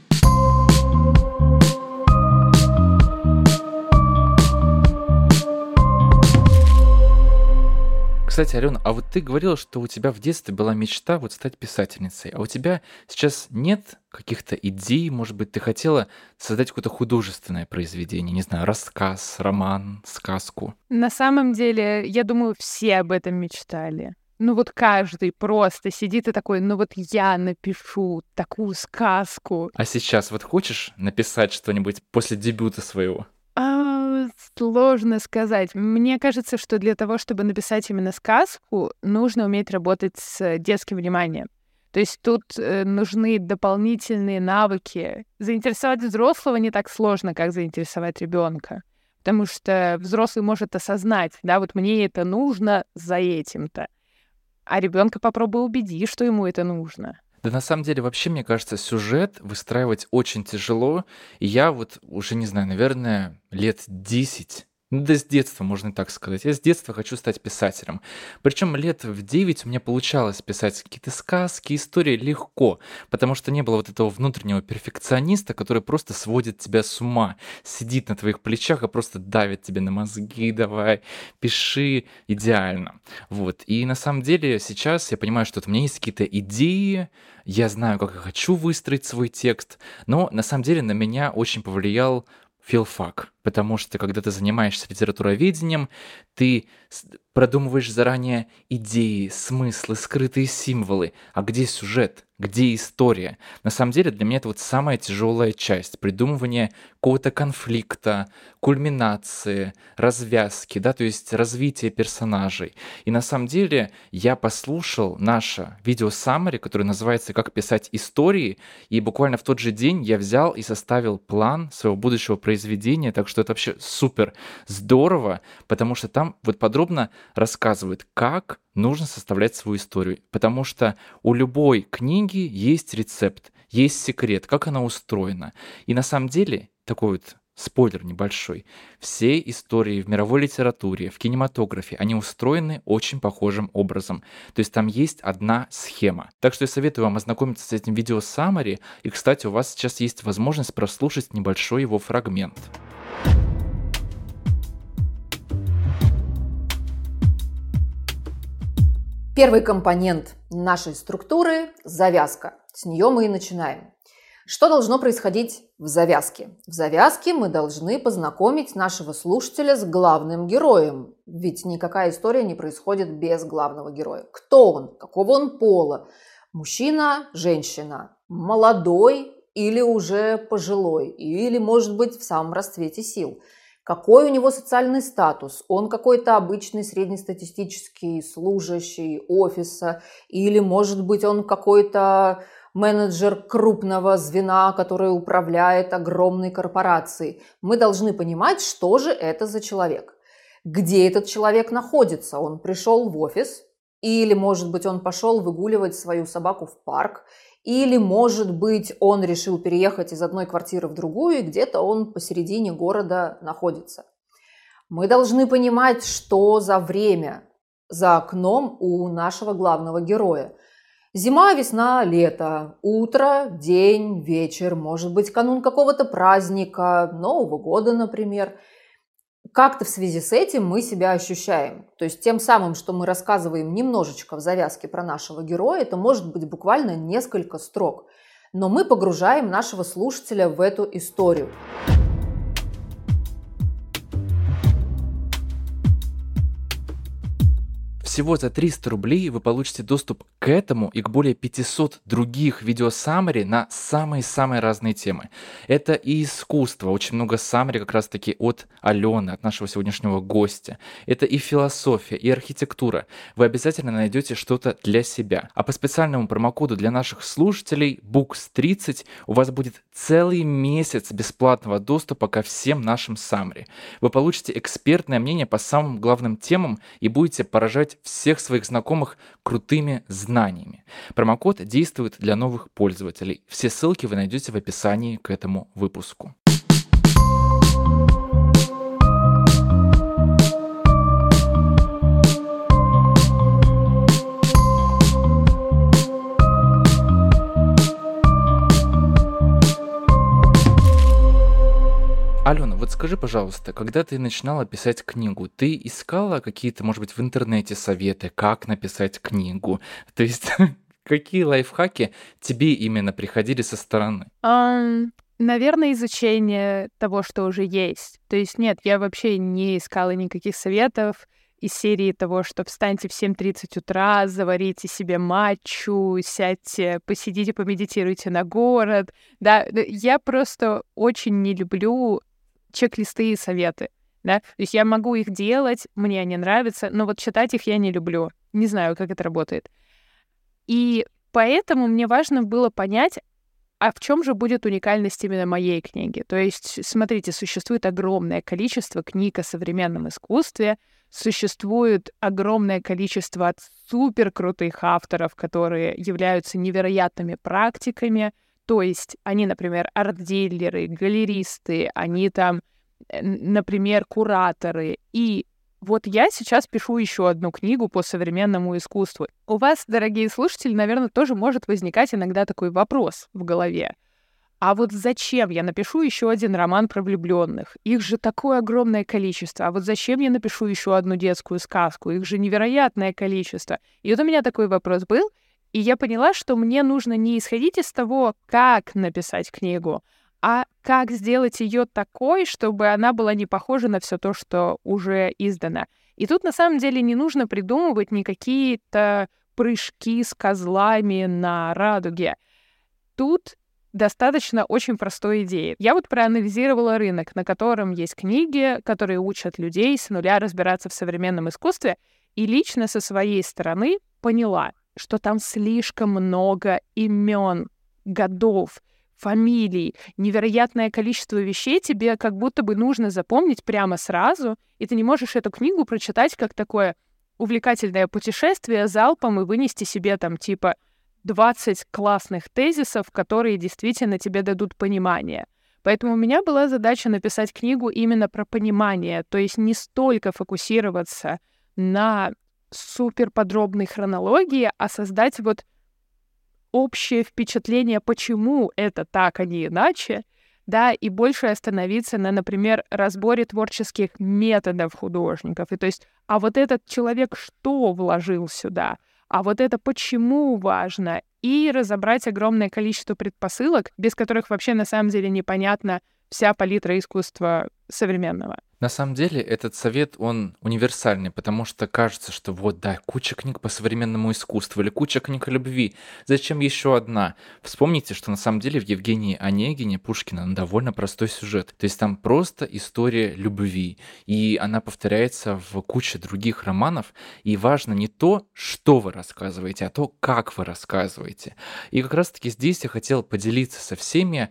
Кстати, Алена, а вот ты говорила, что у тебя в детстве была мечта вот стать писательницей, а у тебя сейчас нет каких-то идей, может быть, ты хотела создать какое-то художественное произведение, не знаю, рассказ, роман, сказку? На самом деле, я думаю, все об этом мечтали. Ну вот каждый просто сидит и такой, ну вот я напишу такую сказку. А сейчас вот хочешь написать что-нибудь после дебюта своего? Сложно сказать. Мне кажется, что для того, чтобы написать именно сказку, нужно уметь работать с детским вниманием. То есть тут нужны дополнительные навыки. Заинтересовать взрослого не так сложно, как заинтересовать ребенка. Потому что взрослый может осознать, да, вот мне это нужно за этим-то. А ребенка попробуй убеди, что ему это нужно. Да на самом деле вообще, мне кажется, сюжет выстраивать очень тяжело. И я вот уже, не знаю, наверное, лет 10, ну да с детства, можно и так сказать. Я с детства хочу стать писателем. Причем лет в 9 у меня получалось писать какие-то сказки, истории легко, потому что не было вот этого внутреннего перфекциониста, который просто сводит тебя с ума, сидит на твоих плечах и просто давит тебе на мозги, давай, пиши идеально. Вот. И на самом деле сейчас я понимаю, что вот у меня есть какие-то идеи, я знаю, как я хочу выстроить свой текст, но на самом деле на меня очень повлиял филфак, потому что когда ты занимаешься литературоведением, ты продумываешь заранее идеи, смыслы, скрытые символы. А где сюжет? Где история? На самом деле для меня это вот самая тяжелая часть придумывания какого-то конфликта, кульминации, развязки, да, то есть развития персонажей. И на самом деле я послушал наше видео summary, которое называется «Как писать истории», и буквально в тот же день я взял и составил план своего будущего произведения, так что это вообще супер здорово, потому что там вот подробно рассказывают, как нужно составлять свою историю, потому что у любой книги есть рецепт, есть секрет, как она устроена. И на самом деле, такой вот спойлер небольшой, все истории в мировой литературе, в кинематографе, они устроены очень похожим образом. То есть там есть одна схема. Так что я советую вам ознакомиться с этим видео summary, и, кстати, у вас сейчас есть возможность прослушать небольшой его фрагмент. Первый компонент нашей структуры – завязка. С нее мы и начинаем. Что должно происходить в завязке? В завязке мы должны познакомить нашего слушателя с главным героем. Ведь никакая история не происходит без главного героя. Кто он? Какого он пола? Мужчина, женщина, молодой или уже пожилой? Или, может быть, в самом расцвете сил? Какой у него социальный статус? Он какой-то обычный среднестатистический служащий офиса? Или, может быть, он какой-то менеджер крупного звена, который управляет огромной корпорацией? Мы должны понимать, что же это за человек. Где этот человек находится? Он пришел в офис? Или, может быть, он пошел выгуливать свою собаку в парк? Или, может быть, он решил переехать из одной квартиры в другую, и где-то он посередине города находится. Мы должны понимать, что за время за окном у нашего главного героя. Зима, весна, лето, утро, день, вечер, может быть, канун какого-то праздника, Нового года, например. Как-то в связи с этим мы себя ощущаем. То есть тем самым, что мы рассказываем немножечко в завязке про нашего героя, это может быть буквально несколько строк. Но мы погружаем нашего слушателя в эту историю. Всего за 300 рублей вы получите доступ к этому и к более 500 других видео-саммари на самые-самые разные темы. Это и искусство, очень много саммари как раз-таки от Алены, от нашего сегодняшнего гостя. Это и философия, и архитектура. Вы обязательно найдете что-то для себя. А по специальному промокоду для наших слушателей BOOKS30 у вас будет целый месяц бесплатного доступа ко всем нашим саммари. Вы получите экспертное мнение по самым главным темам и будете поражать всех своих знакомых крутыми знаниями. Промокод действует для новых пользователей. Все ссылки вы найдете в описании к этому выпуску. Алена, вот скажи, пожалуйста, когда ты начинала писать книгу, ты искала какие-то, может быть, в интернете советы, как написать книгу? То есть какие лайфхаки тебе именно приходили со стороны? Наверное, изучение того, что уже есть. То есть нет, я вообще не искала никаких советов из серии того, что встаньте в 7:30 утра, заварите себе матчу, сядьте, посидите, помедитируйте на город. Да, я просто очень не люблю чек-листы и советы. Да? То есть я могу их делать, мне они нравятся, но вот читать их я не люблю. Не знаю, как это работает. И поэтому мне важно было понять, а в чем же будет уникальность именно моей книги? То есть, смотрите, существует огромное количество книг о современном искусстве Существует огромное количество суперкрутых авторов, которые являются невероятными практиками. То есть они, например, арт-дилеры, галеристы, они там, например, кураторы. И вот я сейчас пишу еще одну книгу по современному искусству. У вас, дорогие слушатели, наверное, тоже может возникать иногда такой вопрос в голове. А вот зачем я напишу еще один роман про влюбленных? Их же такое огромное количество. А вот зачем я напишу еще одну детскую сказку? Их же невероятное количество. И вот у меня такой вопрос был, и я поняла, что мне нужно не исходить из того, как написать книгу, а как сделать ее такой, чтобы она была не похожа на все то, что уже издано. И тут на самом деле не нужно придумывать никакие-то прыжки с козлами на радуге. Тут достаточно очень простой идеи. Я вот проанализировала рынок, на котором есть книги, которые учат людей с нуля разбираться в современном искусстве, и лично со своей стороны поняла, что там слишком много имен, годов, фамилий, невероятное количество вещей тебе как будто бы нужно запомнить прямо сразу, и ты не можешь эту книгу прочитать как такое увлекательное путешествие залпом и вынести себе там типа 20 классных тезисов, которые действительно тебе дадут понимание. Поэтому у меня была задача написать книгу именно про понимание, то есть не столько фокусироваться на суперподробной хронологии, а создать вот общее впечатление, почему это так, а не иначе, да, и больше остановиться на, например, разборе творческих методов художников. И то есть, а вот этот человек что вложил сюда? А вот это почему важно? И разобрать огромное количество предпосылок, без которых вообще на самом деле непонятна вся палитра искусства современного. На самом деле этот совет, он универсальный, потому что кажется, что вот, да, куча книг по современному искусству или куча книг о любви. Зачем еще одна? Вспомните, что на самом деле в Евгении Онегине Пушкина довольно простой сюжет. То есть там просто история любви, и она повторяется в куче других романов, и важно не то, что вы рассказываете, а то, как вы рассказываете. И как раз-таки здесь я хотел поделиться со всеми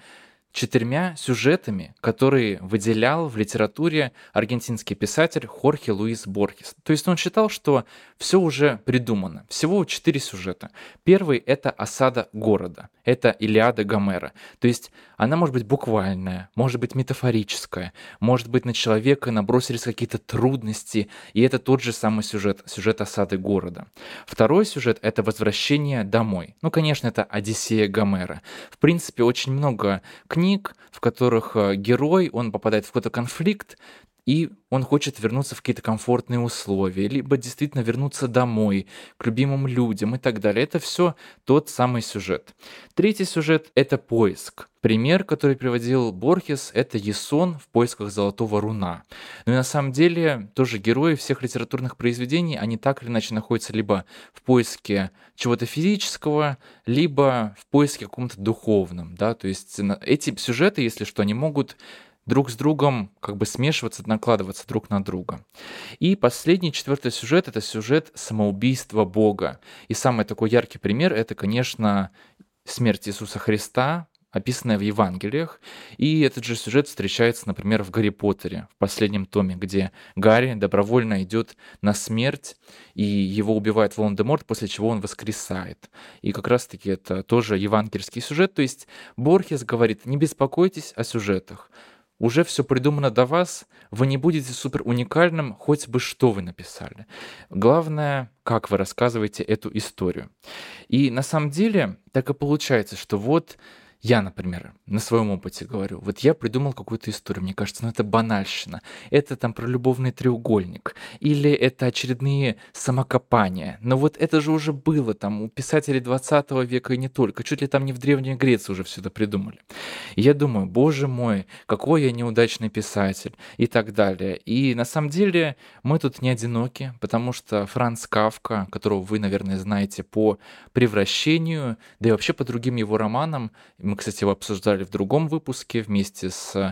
4 сюжетами, которые выделял в литературе аргентинский писатель Хорхе Луис Борхес. То есть он считал, что все уже придумано. Всего 4 сюжета. Первый — это осада города. Это Илиада Гомера. То есть она может быть буквальная, может быть метафорическая, может быть на человека набросились какие-то трудности, и это тот же самый сюжет, сюжет осады города. Второй сюжет — это возвращение домой. Ну, конечно, это Одиссея Гомера. В принципе, очень много книг, в которых герой, он попадает в какой-то конфликт, и он хочет вернуться в какие-то комфортные условия, либо действительно вернуться домой, к любимым людям и так далее. Это все тот самый сюжет. Третий сюжет — это поиск. Пример, который приводил Борхес, это Ясон в поисках золотого руна. Но и на самом деле тоже герои всех литературных произведений, они так или иначе находятся либо в поиске чего-то физического, либо в поиске каком-то духовном. Да? То есть эти сюжеты, если что, они могут друг с другом как бы смешиваться, накладываться друг на друга. И последний, 4-й сюжет — это сюжет самоубийства Бога. И самый такой яркий пример — это, конечно, смерть Иисуса Христа, описанная в Евангелиях. И этот же сюжет встречается, например, в «Гарри Поттере», в последнем томе, где Гарри добровольно идет на смерть, и его убивает Волан-де-Морт, после чего он воскресает. И как раз-таки это тоже евангельский сюжет. То есть Борхес говорит: не беспокойтесь о сюжетах. Уже все придумано до вас, вы не будете супер уникальным, хоть бы что вы написали. Главное, как вы рассказываете эту историю. И на самом деле так и получается, что вот я, например, на своем опыте говорю, вот я придумал какую-то историю, мне кажется, это банальщина, это там про любовный треугольник, или это очередные самокопания, но вот это же уже было там у писателей 20 века и не только, чуть ли там не в Древней Греции уже все это придумали. И я думаю, боже мой, какой я неудачный писатель и так далее. И на самом деле мы тут не одиноки, потому что Франц Кафка, которого вы, наверное, знаете по «Превращению», да и вообще по другим его романам, мы, кстати, его обсуждали в другом выпуске вместе с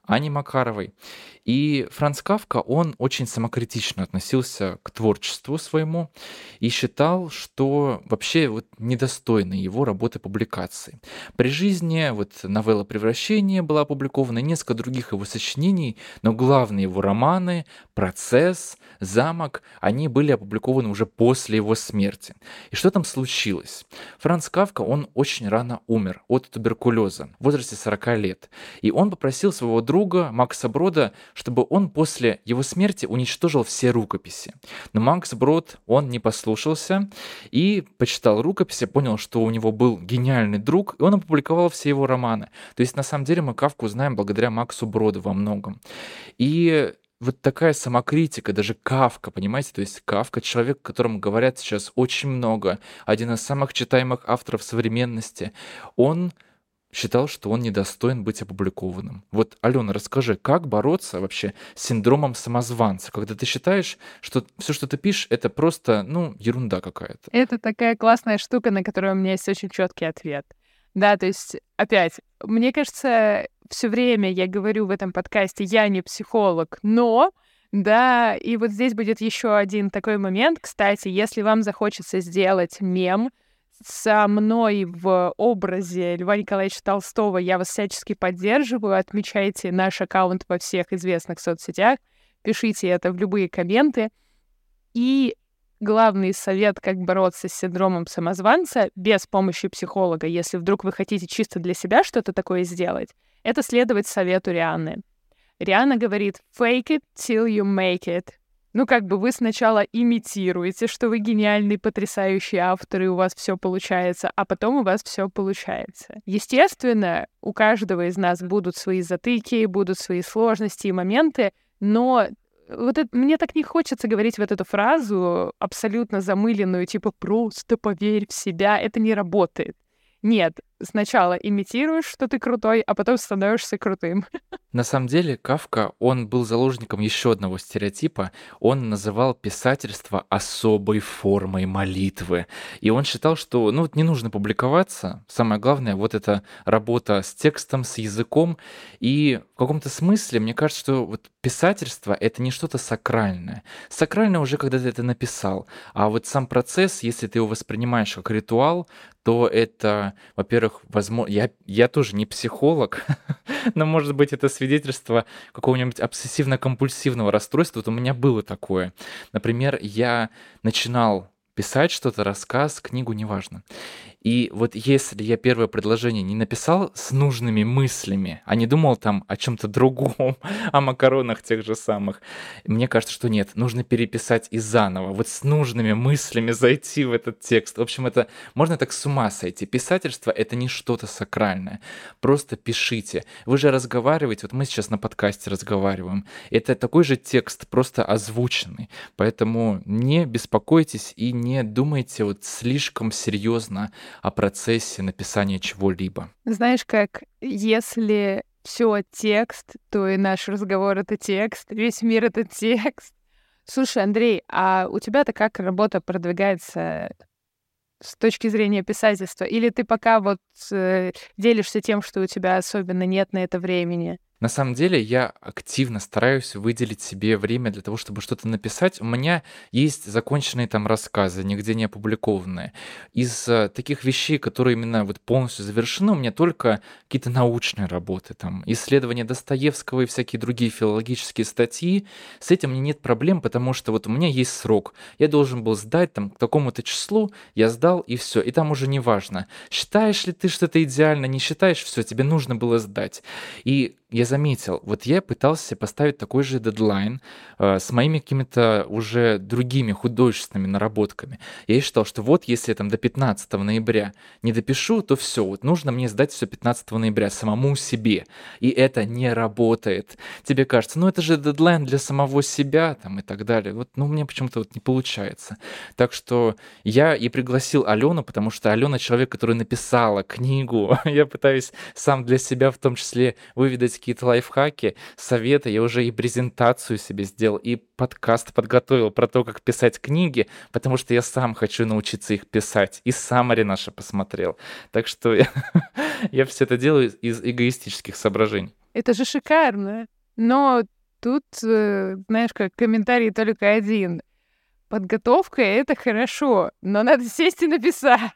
Ани Макаровой. И Франц Кафка, он очень самокритично относился к творчеству своему и считал, что вообще вот недостойны его работы публикации. При жизни вот новелла «Превращение» была опубликована, и несколько других его сочинений, но главные его романы «Процесс», «Замок», они были опубликованы уже после его смерти. И что там случилось? Франц Кафка, он очень рано умер от туберкулеза в возрасте 40 лет. И он попросил своего друга Макса Брода, чтобы он после его смерти уничтожил все рукописи. Но Макс Брод, он не послушался и почитал рукописи, понял, что у него был гениальный друг, и он опубликовал все его романы. То есть, на самом деле, мы Кафку знаем благодаря Максу Броду во многом. И вот такая самокритика, даже Кафка, понимаете? То есть Кафка — человек, о котором говорят сейчас очень много, один из самых читаемых авторов современности. Он считал, что он недостоин быть опубликованным. Вот, Алена, расскажи, как бороться вообще с синдромом самозванца, когда ты считаешь, что все, что ты пишешь, это просто, ерунда какая-то? Это такая классная штука, на которую у меня есть очень четкий ответ. Да, то есть, опять, мне кажется, все время я говорю в этом подкасте, я не психолог, но, да, и вот здесь будет еще один такой момент, кстати, если вам захочется сделать мем со мной в образе Льва Николаевича Толстого, я вас всячески поддерживаю, отмечайте наш аккаунт во всех известных соцсетях, пишите это в любые комменты. И главный совет, как бороться с синдромом самозванца без помощи психолога, если вдруг вы хотите чисто для себя что-то такое сделать, это следовать совету Рианны. Рианна говорит «fake it till you make it». Вы сначала имитируете, что вы гениальный, потрясающий автор, и у вас все получается, а потом у вас все получается. Естественно, у каждого из нас будут свои затыки, будут свои сложности и моменты, но мне так не хочется говорить вот эту фразу абсолютно замыленную, типа «просто поверь в себя», это не работает. Нет, сначала имитируешь, что ты крутой, а потом становишься крутым. На самом деле, Кафка, он был заложником еще одного стереотипа. Он называл писательство особой формой молитвы. И он считал, что не нужно публиковаться. Самое главное, вот эта работа с текстом, с языком. И в каком-то смысле, мне кажется, что вот писательство — это не что-то сакральное. Сакральное уже, когда ты это написал. А вот сам процесс, если ты его воспринимаешь как ритуал, то это, во-первых, возможно... Я тоже не психолог, но, может быть, это свидетельство какого-нибудь обсессивно-компульсивного расстройства. Вот у меня было такое. Например, я начинал писать что-то, рассказ, книгу, неважно. И вот если я первое предложение не написал с нужными мыслями, а не думал там о чем-то другом, о макаронах тех же самых, мне кажется, что нет, нужно переписать и заново, вот с нужными мыслями зайти в этот текст. В общем, это можно так с ума сойти. Писательство — это не что-то сакральное. Просто пишите. Вы же разговариваете, вот мы сейчас на подкасте разговариваем. Это такой же текст, просто озвученный. Поэтому не беспокойтесь и не думайте вот слишком серьезно о процессе написания чего-либо. Знаешь, как если все текст, то и наш разговор — это текст, весь мир — это текст. Слушай, Андрей, а у тебя-то как работа продвигается с точки зрения писательства? Или ты пока делишься тем, что у тебя особенно нет на это времени? На самом деле я активно стараюсь выделить себе время для того, чтобы что-то написать. У меня есть законченные там рассказы, нигде не опубликованные. Из таких вещей, которые именно вот полностью завершены, у меня только какие-то научные работы, там, исследования Достоевского и всякие другие филологические статьи. С этим мне нет проблем, потому что вот у меня есть срок. Я должен был сдать там к такому-то числу, я сдал, и все. И там уже не важно, считаешь ли ты, что это идеально, не считаешь, все, тебе нужно было сдать. И я заметил, вот я пытался поставить такой же дедлайн с моими какими-то уже другими художественными наработками. Я считал, что вот если я там до 15 ноября не допишу, то все, вот нужно мне сдать все 15 ноября самому себе. И это не работает. Тебе кажется, это же дедлайн для самого себя там, и так далее. Вот, мне почему-то вот не получается. Так что я и пригласил Алену, потому что Алена человек, который написала книгу. Я пытаюсь сам для себя в том числе выведать какие-то лайфхаки, советы. Я уже и презентацию себе сделал, и подкаст подготовил про то, как писать книги, потому что я сам хочу научиться их писать. И саммари наше посмотрел. Так что я все это делаю из эгоистических соображений. Это же шикарно. Но тут, знаешь, как комментарий только один. Подготовка — это хорошо, но надо сесть и написать.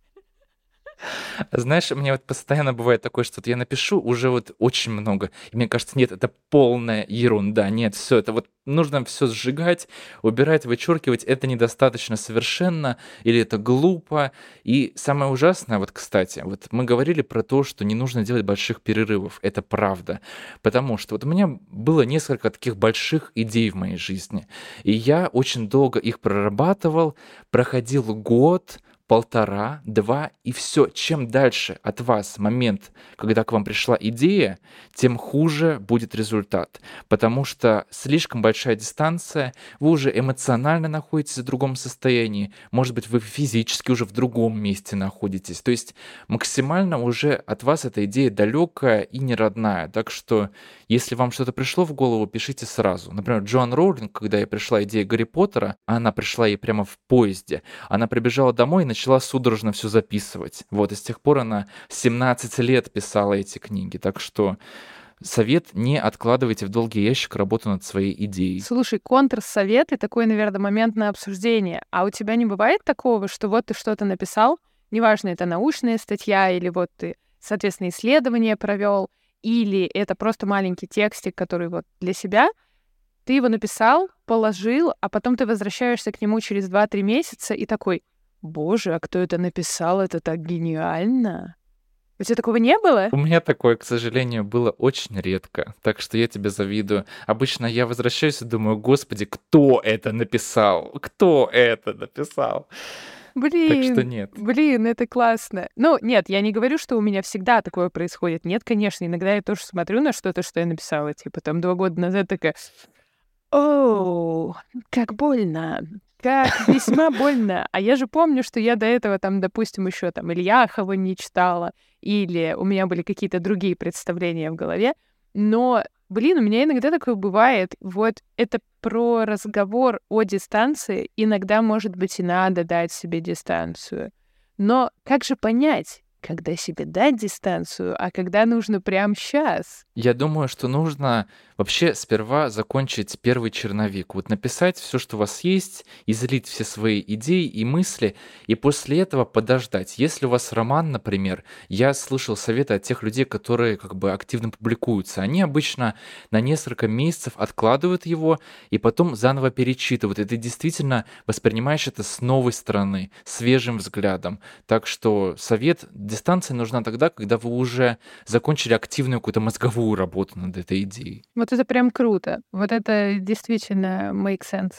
Знаешь, у меня вот постоянно бывает такое, что вот я напишу уже вот очень много, и мне кажется, нет, это полная ерунда, нет, все это вот нужно все сжигать, убирать, вычеркивать, это недостаточно совершенно, или это глупо. И самое ужасное, вот, кстати, вот мы говорили про то, что не нужно делать больших перерывов, это правда, потому что вот у меня было несколько таких больших идей в моей жизни, и я очень долго их прорабатывал, проходил год, полтора, два, и все. Чем дальше от вас момент, когда к вам пришла идея, тем хуже будет результат. Потому что слишком большая дистанция, вы уже эмоционально находитесь в другом состоянии, может быть, вы физически уже в другом месте находитесь. То есть максимально уже от вас эта идея далекая и не родная. Так что, если вам что-то пришло в голову, пишите сразу. Например, Джоан Роулинг, когда ей пришла идея Гарри Поттера, она пришла ей прямо в поезде, она прибежала домой и начала судорожно все записывать. Вот, и с тех пор она 17 лет писала эти книги. Так что совет: не откладывайте в долгий ящик работу над своей идеей. Слушай, контрсовет и такой, наверное, момент на обсуждение. А у тебя не бывает такого, что вот ты что-то написал, неважно, это научная статья или вот ты, соответственно, исследование провел, или это просто маленький текстик, который вот для себя, ты его написал, положил, а потом ты возвращаешься к нему через 2-3 месяца и такой: «Боже, а кто это написал? Это так гениально!» У тебя такого не было? У меня такое, к сожалению, было очень редко, так что я тебе завидую. Обычно я возвращаюсь и думаю: господи, кто это написал? Кто это написал? Так что нет. Блин, это классно. Ну, нет, я не говорю, что у меня всегда такое происходит. Нет, конечно, иногда я тоже смотрю на что-то, что я написала, типа там 2 года назад, такая: «Оу, как больно, как весьма больно». А я же помню, что я до этого там, допустим, еще там Ильяхова не читала, или у меня были какие-то другие представления в голове. Но, блин, у меня иногда такое бывает. Вот это про разговор о дистанции. Иногда, может быть, и надо дать себе дистанцию. Но как же понять, когда себе дать дистанцию, а когда нужно прямо сейчас? Я думаю, что нужно вообще сперва закончить первый черновик. Вот написать все, что у вас есть, излить все свои идеи и мысли, и после этого подождать. Если у вас роман, например, я слышал советы от тех людей, которые как бы активно публикуются. Они обычно на несколько месяцев откладывают его и потом заново перечитывают. И ты действительно воспринимаешь это с новой стороны, свежим взглядом. Так что совет: дистанция нужна тогда, когда вы уже закончили активную какую-то мозговую работу над этой идеей. Вот это прям круто. Вот это действительно make sense.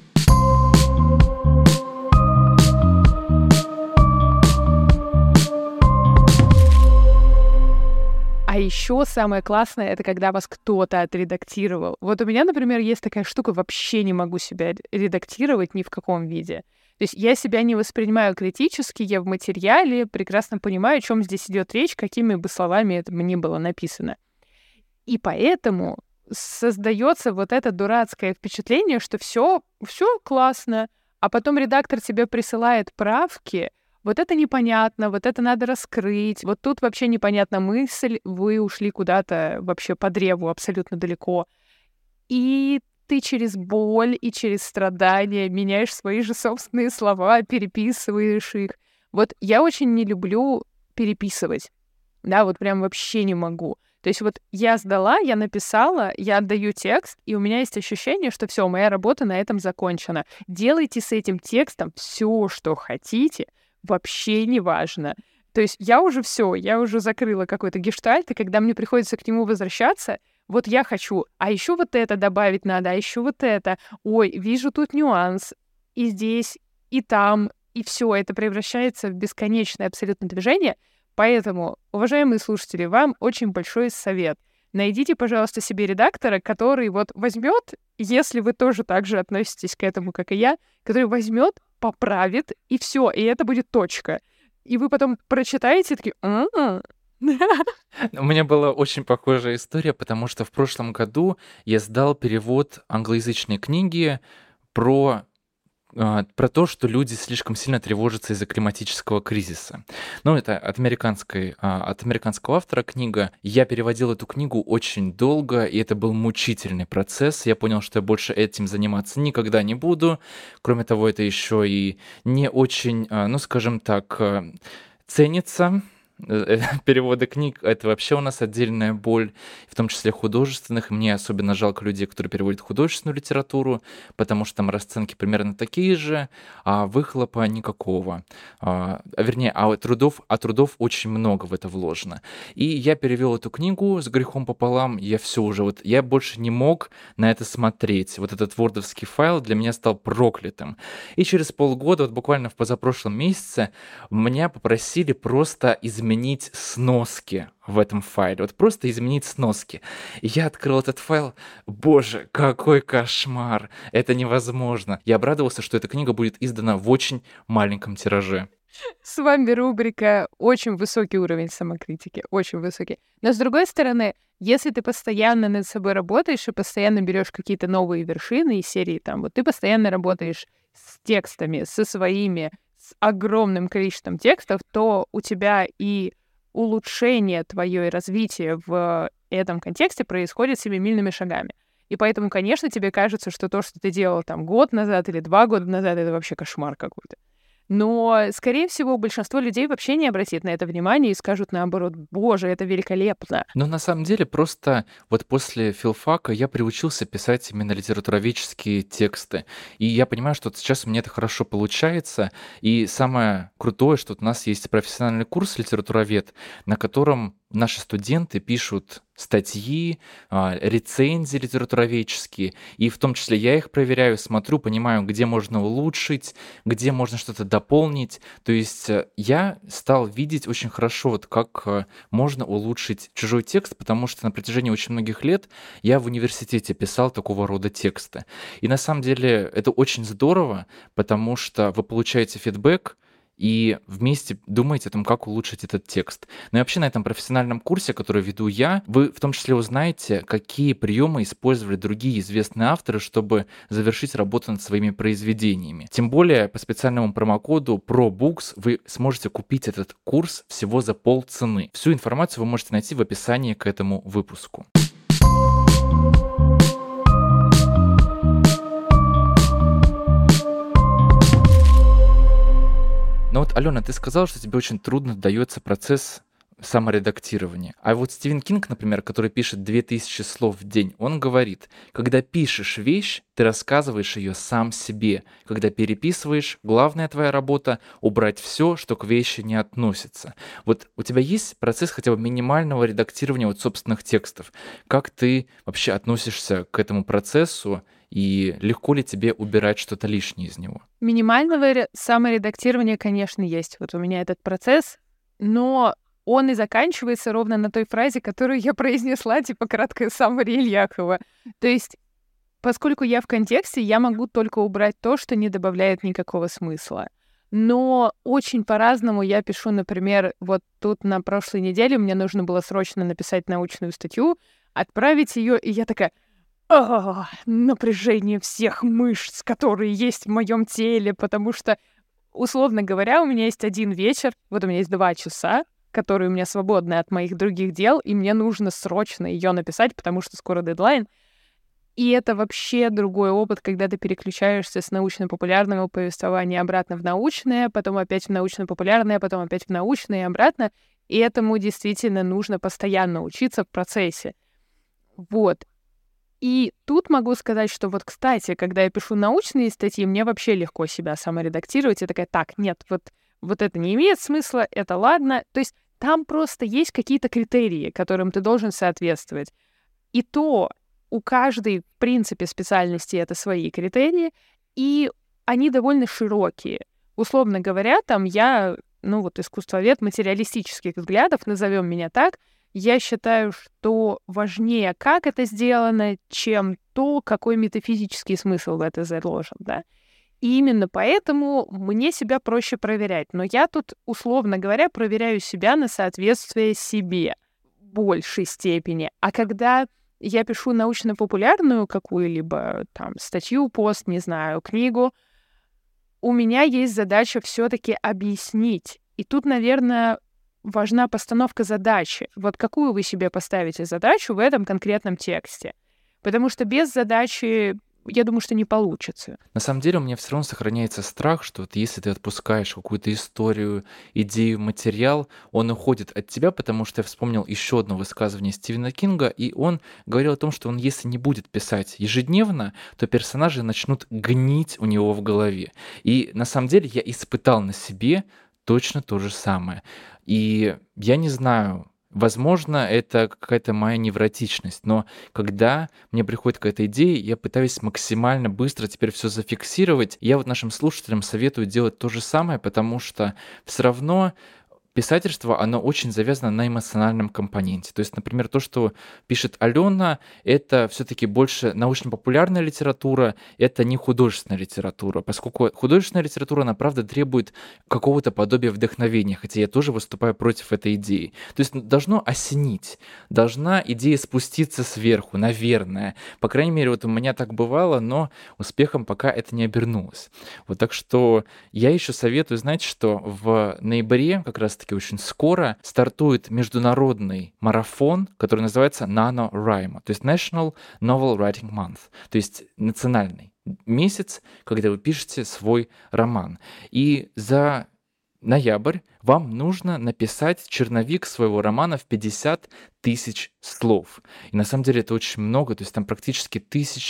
А еще самое классное — это когда вас кто-то отредактировал. Вот у меня, например, есть такая штука: вообще не могу себя редактировать ни в каком виде. То есть я себя не воспринимаю критически, я в материале прекрасно понимаю, о чем здесь идет речь, какими бы словами это мне было написано. И поэтому создается вот это дурацкое впечатление, что все классно, а потом редактор тебе присылает правки. Вот это непонятно, вот это надо раскрыть, вот тут вообще непонятна мысль, вы ушли куда-то вообще по древу абсолютно далеко. И ты через боль и через страдания меняешь свои же собственные слова, переписываешь их. Вот я очень не люблю переписывать. Да, вот прям вообще не могу. То есть вот я сдала, я написала, я отдаю текст, и у меня есть ощущение, что все, моя работа на этом закончена. Делайте с этим текстом все, что хотите, вообще не важно. То есть я уже все, я уже закрыла какой-то гештальт, и когда мне приходится к нему возвращаться, вот я хочу, а еще вот это добавить надо, а еще вот это. Ой, вижу тут нюанс. И здесь, и там, и все это превращается в бесконечное абсолютно движение. Поэтому, уважаемые слушатели, вам очень большой совет. Найдите, пожалуйста, себе редактора, который вот возьмет, если вы тоже так же относитесь к этому, как и я, который возьмет, поправит, и все, и это будет точка. И вы потом прочитаете такие: У меня была очень похожая история, потому что в прошлом году я сдал перевод англоязычной книги про про то, что люди слишком сильно тревожатся из-за климатического кризиса. Ну, это от американского автора книга. Я переводил эту книгу очень долго, и это был мучительный процесс. Я понял, что я больше этим заниматься никогда не буду. Кроме того, это еще и не очень, ну, скажем так, ценится. Переводы книг — это вообще у нас отдельная боль, в том числе художественных. Мне особенно жалко людей, которые переводят художественную литературу, потому что там расценки примерно такие же, а выхлопа никакого. Трудов очень много в это вложено. И я перевел эту книгу с грехом пополам. Я больше не мог на это смотреть. Вот этот вордовский файл для меня стал проклятым. И через полгода, вот буквально в позапрошлом месяце, меня попросили просто изменить сноски в этом файле. Вот просто изменить сноски. И я открыл этот файл. Боже, какой кошмар! Это невозможно. Я обрадовался, что эта книга будет издана в очень маленьком тираже. С вами рубрика «Очень высокий уровень самокритики». Очень высокий. Но, с другой стороны, если ты постоянно над собой работаешь и постоянно берешь какие-то новые вершины из серии, там, вот ты постоянно работаешь с текстами, с огромным количеством текстов, то у тебя и улучшение твое и развитие в этом контексте происходит семимильными шагами. И поэтому, конечно, тебе кажется, что то, что ты делал там год назад или 2 года назад, это вообще кошмар какой-то. Но, скорее всего, большинство людей вообще не обратит на это внимание и скажут наоборот: «Боже, это великолепно». Но на самом деле просто вот после филфака я приучился писать именно литературоведческие тексты. И я понимаю, что сейчас у меня это хорошо получается. И самое крутое, что у нас есть профессиональный курс литературовед, на котором наши студенты пишут статьи, рецензии литературоведческие, и в том числе я их проверяю, смотрю, понимаю, где можно улучшить, где можно что-то дополнить. То есть я стал видеть очень хорошо, вот как можно улучшить чужой текст, потому что на протяжении очень многих лет я в университете писал такого рода тексты. И на самом деле это очень здорово, потому что вы получаете фидбэк, и вместе думаете о том, как улучшить этот текст. Ну и вообще на этом профессиональном курсе, который веду я, вы в том числе узнаете, какие приемы использовали другие известные авторы, чтобы завершить работу над своими произведениями. Тем более по специальному промокоду ProBooks вы сможете купить этот курс всего за полцены. Всю информацию вы можете найти в описании к этому выпуску. Но вот, Алена, ты сказала, что тебе очень трудно дается процесс саморедактирования. А вот Стивен Кинг, например, который пишет 2000 слов в день, он говорит: когда пишешь вещь, ты рассказываешь ее сам себе. Когда переписываешь, главная твоя работа — убрать все, что к вещи не относится. Вот у тебя есть процесс хотя бы минимального редактирования вот собственных текстов? Как ты вообще относишься к этому процессу? И легко ли тебе убирать что-то лишнее из него? Минимального саморедактирования, конечно, есть. Вот у меня этот процесс, но он и заканчивается ровно на той фразе, которую я произнесла, типа краткое саммари Ильякова. То есть, поскольку я в контексте, я могу только убрать то, что не добавляет никакого смысла. Но очень по-разному я пишу, например, вот тут на прошлой неделе мне нужно было срочно написать научную статью, отправить ее, и я такая: напряжение всех мышц, которые есть в моем теле, потому что, условно говоря, у меня есть один вечер, вот у меня есть 2 часа, которые у меня свободны от моих других дел, и мне нужно срочно ее написать, потому что скоро дедлайн. И это вообще другой опыт, когда ты переключаешься с научно-популярного повествования обратно в научное, потом опять в научно-популярное, потом опять в научное и обратно. И этому действительно нужно постоянно учиться в процессе. Вот. И тут могу сказать, что вот, кстати, когда я пишу научные статьи, мне вообще легко себя саморедактировать. Я такая: так, нет, вот это не имеет смысла, это ладно. То есть там просто есть какие-то критерии, которым ты должен соответствовать. И то у каждой, в принципе, специальности это свои критерии, и они довольно широкие. Условно говоря, там я, искусствовед материалистических взглядов, назовем меня так. Я считаю, что важнее, как это сделано, чем то, какой метафизический смысл в это заложен, да. И именно поэтому мне себя проще проверять. Но я тут, условно говоря, проверяю себя на соответствие себе в большей степени. А когда я пишу научно-популярную какую-либо там статью, пост, не знаю, книгу, у меня есть задача все-таки объяснить. И тут, наверное, важна постановка задачи. Вот какую вы себе поставите задачу в этом конкретном тексте? Потому что без задачи, я думаю, что не получится. На самом деле у меня все равно сохраняется страх, что вот если ты отпускаешь какую-то историю, идею, материал, он уходит от тебя, потому что я вспомнил еще одно высказывание Стивена Кинга, и он говорил о том, что он, если не будет писать ежедневно, то персонажи начнут гнить у него в голове. И на самом деле я испытал на себе точно то же самое. И я не знаю, возможно, это какая-то моя невротичность, но когда мне приходит какая-то идея, я пытаюсь максимально быстро теперь все зафиксировать. Я вот нашим слушателям советую делать то же самое, потому что все равно писательство, оно очень завязано на эмоциональном компоненте. То есть, например, то, что пишет Алена, это все-таки больше научно-популярная литература, это не художественная литература, поскольку художественная литература, она, правда, требует какого-то подобия вдохновения, хотя я тоже выступаю против этой идеи. То есть должно осенить, должна идея спуститься сверху, наверное. По крайней мере, вот у меня так бывало, но успехом пока это не обернулось. Вот так что я еще советую, знаете, что в ноябре как раз-таки очень скоро стартует международный марафон, который называется NaNoWriMo, то есть National Novel Writing Month, то есть национальный месяц, когда вы пишете свой роман. И за ноябрь вам нужно написать черновик своего романа в 50 тысяч слов. И на самом деле это очень много, то есть там практически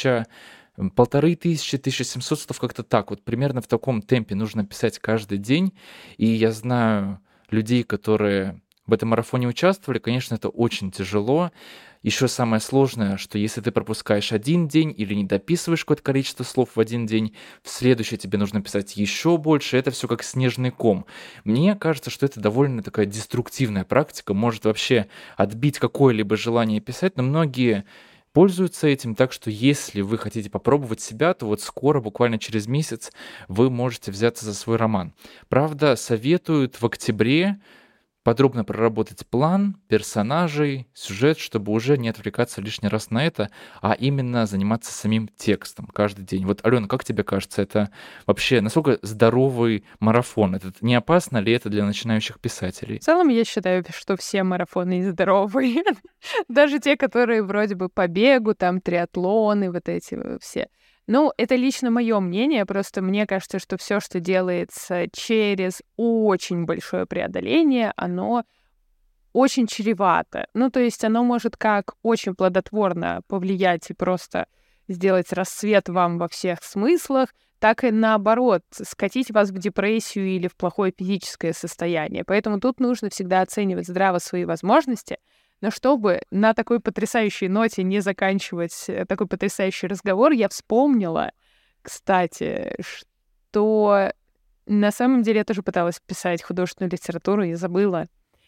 1500-1700 слов, как-то так. Вот примерно в таком темпе нужно писать каждый день. И я знаю людей, которые в этом марафоне участвовали, конечно, это очень тяжело. Еще самое сложное, что если ты пропускаешь один день или не дописываешь какое-то количество слов в один день, в следующий тебе нужно писать еще больше, это все как снежный ком. Мне кажется, что это довольно такая деструктивная практика, может вообще отбить какое-либо желание писать, но многие пользуются этим, так что если вы хотите попробовать себя, то вот скоро, буквально через месяц, вы можете взяться за свой роман. Правда, советуют в октябре подробно проработать план, персонажей, сюжет, чтобы уже не отвлекаться лишний раз на это, а именно заниматься самим текстом каждый день. Вот, Алена, как тебе кажется, это вообще насколько здоровый марафон? Это не опасно ли это для начинающих писателей? В целом, я считаю, что все марафоны нездоровые. Даже те, которые вроде бы по бегу, там, триатлоны, вот эти все. Ну, это лично мое мнение, просто мне кажется, что все, что делается через очень большое преодоление, оно очень чревато. Ну, то есть оно может как очень плодотворно повлиять и просто сделать рассвет вам во всех смыслах, так и наоборот, скатить вас в депрессию или в плохое физическое состояние. Поэтому тут нужно всегда оценивать здраво свои возможности. Но чтобы на такой потрясающей ноте не заканчивать такой потрясающий разговор, я вспомнила, кстати, что на самом деле я тоже пыталась писать художественную литературу, я забыла.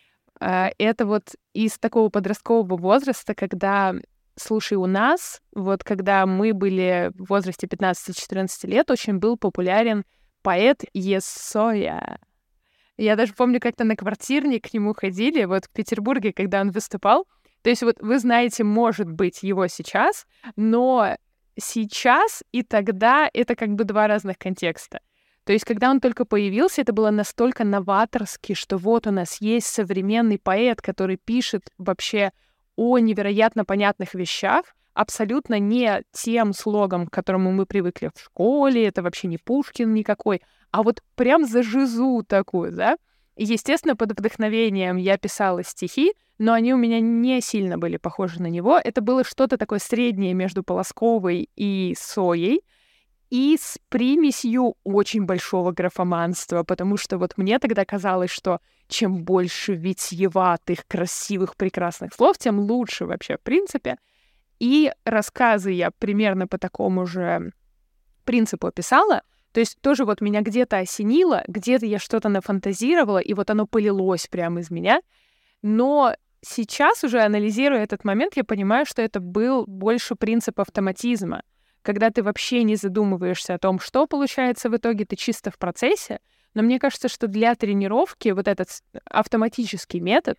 Это вот из такого подросткового возраста, когда, слушай, у нас, вот когда мы были в возрасте 15-14 лет, очень был популярен поэт Ессоя. Я даже помню, как-то на квартирник к нему ходили, вот в Петербурге, когда он выступал. То есть вот вы знаете, может быть, его сейчас, но сейчас и тогда это как бы два разных контекста. То есть когда он только появился, это было настолько новаторски, что вот у нас есть современный поэт, который пишет вообще о невероятно понятных вещах, абсолютно не тем слогом, к которому мы привыкли в школе, это вообще не Пушкин никакой, а вот прям за жизу такую, да? И, естественно, под вдохновением я писала стихи, но они у меня не сильно были похожи на него. Это было что-то такое среднее между Полосковой и Соей, и с примесью очень большого графоманства, потому что вот мне тогда казалось, что чем больше витиеватых, красивых, прекрасных слов, тем лучше вообще в принципе. И рассказы я примерно по такому же принципу писала. То есть тоже вот меня где-то осенило, где-то я что-то нафантазировала, и вот оно полилось прямо из меня. Но сейчас уже, анализируя этот момент, я понимаю, что это был больше принцип автоматизма. Когда ты вообще не задумываешься о том, что получается в итоге, ты чисто в процессе. Но мне кажется, что для тренировки вот этот автоматический метод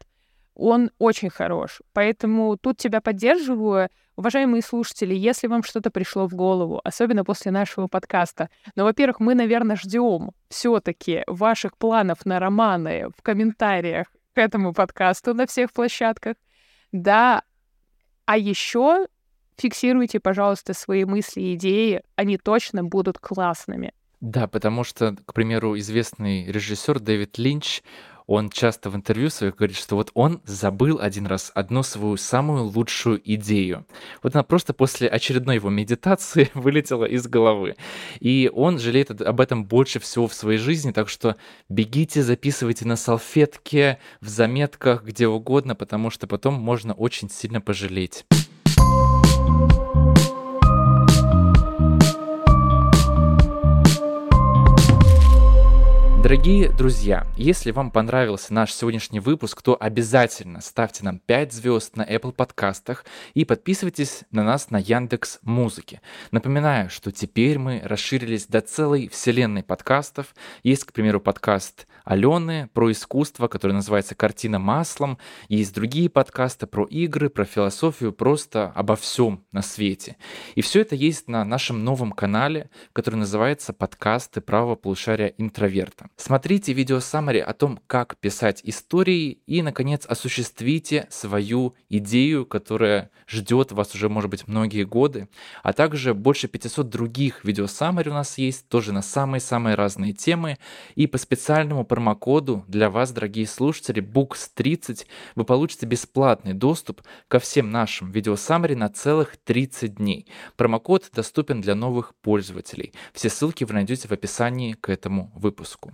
он очень хорош. Поэтому тут тебя поддерживаю. Уважаемые слушатели, если вам что-то пришло в голову, особенно после нашего подкаста, во-первых, мы, наверное, ждем все-таки ваших планов на романы в комментариях к этому подкасту на всех площадках. Да, а еще фиксируйте, пожалуйста, свои мысли и идеи, они точно будут классными. Да, потому что, к примеру, известный режиссер Дэвид Линч, он часто в интервью своих говорит, что вот он забыл один раз одну свою самую лучшую идею. Вот она просто после очередной его медитации вылетела из головы. И он жалеет об этом больше всего в своей жизни, так что бегите, записывайте на салфетке, в заметках, где угодно, потому что потом можно очень сильно пожалеть. Дорогие друзья, если вам понравился наш сегодняшний выпуск, то обязательно ставьте нам 5 звезд на Apple подкастах и подписывайтесь на нас на Яндекс.Музыке. Напоминаю, что теперь мы расширились до целой вселенной подкастов. Есть, к примеру, подкаст Алены про искусство, который называется «Картина маслом». Есть другие подкасты про игры, про философию, просто обо всем на свете. И все это есть на нашем новом канале, который называется «Подкасты правого полушария интроверта». Смотрите видео саммари о том, как писать истории и, наконец, осуществите свою идею, которая ждет вас уже, может быть, многие годы. А также больше 500 других видео саммари у нас есть, тоже на самые-самые разные темы. И по специальному промокоду для вас, дорогие слушатели, Books30, вы получите бесплатный доступ ко всем нашим видео саммари на целых 30 дней. Промокод доступен для новых пользователей. Все ссылки вы найдете в описании к этому выпуску.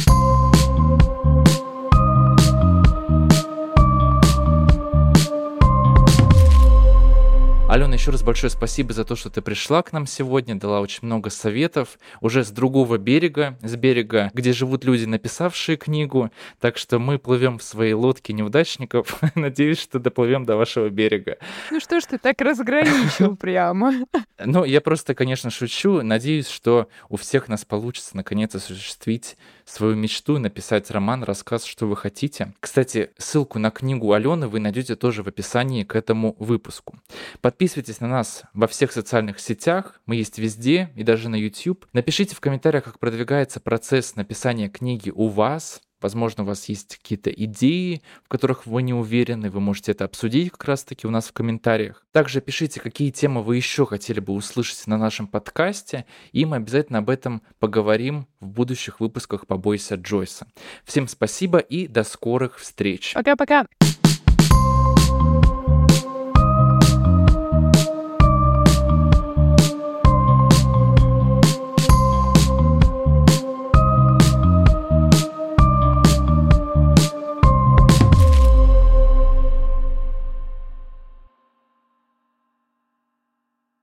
Алена, еще раз большое спасибо за то, что ты пришла к нам сегодня, дала очень много советов, уже с другого берега, с берега, где живут люди, написавшие книгу, так что мы плывем в своей лодке неудачников, надеюсь, что доплывем до вашего берега. Ну что ж ты так разграничил прямо? Ну, я просто, конечно, шучу, надеюсь, что у всех нас получится наконец осуществить свою мечту, написать роман, рассказ, что вы хотите. Кстати, ссылку на книгу Алены вы найдете тоже в описании к этому выпуску. Подписывайтесь на нас во всех социальных сетях, мы есть везде и даже на YouTube. Напишите в комментариях, как продвигается процесс написания книги у вас. Возможно, у вас есть какие-то идеи, в которых вы не уверены, вы можете это обсудить как раз-таки у нас в комментариях. Также пишите, какие темы вы еще хотели бы услышать на нашем подкасте, и мы обязательно об этом поговорим в будущих выпусках «Побойся Джойса». Всем спасибо и до скорых встреч. Пока-пока.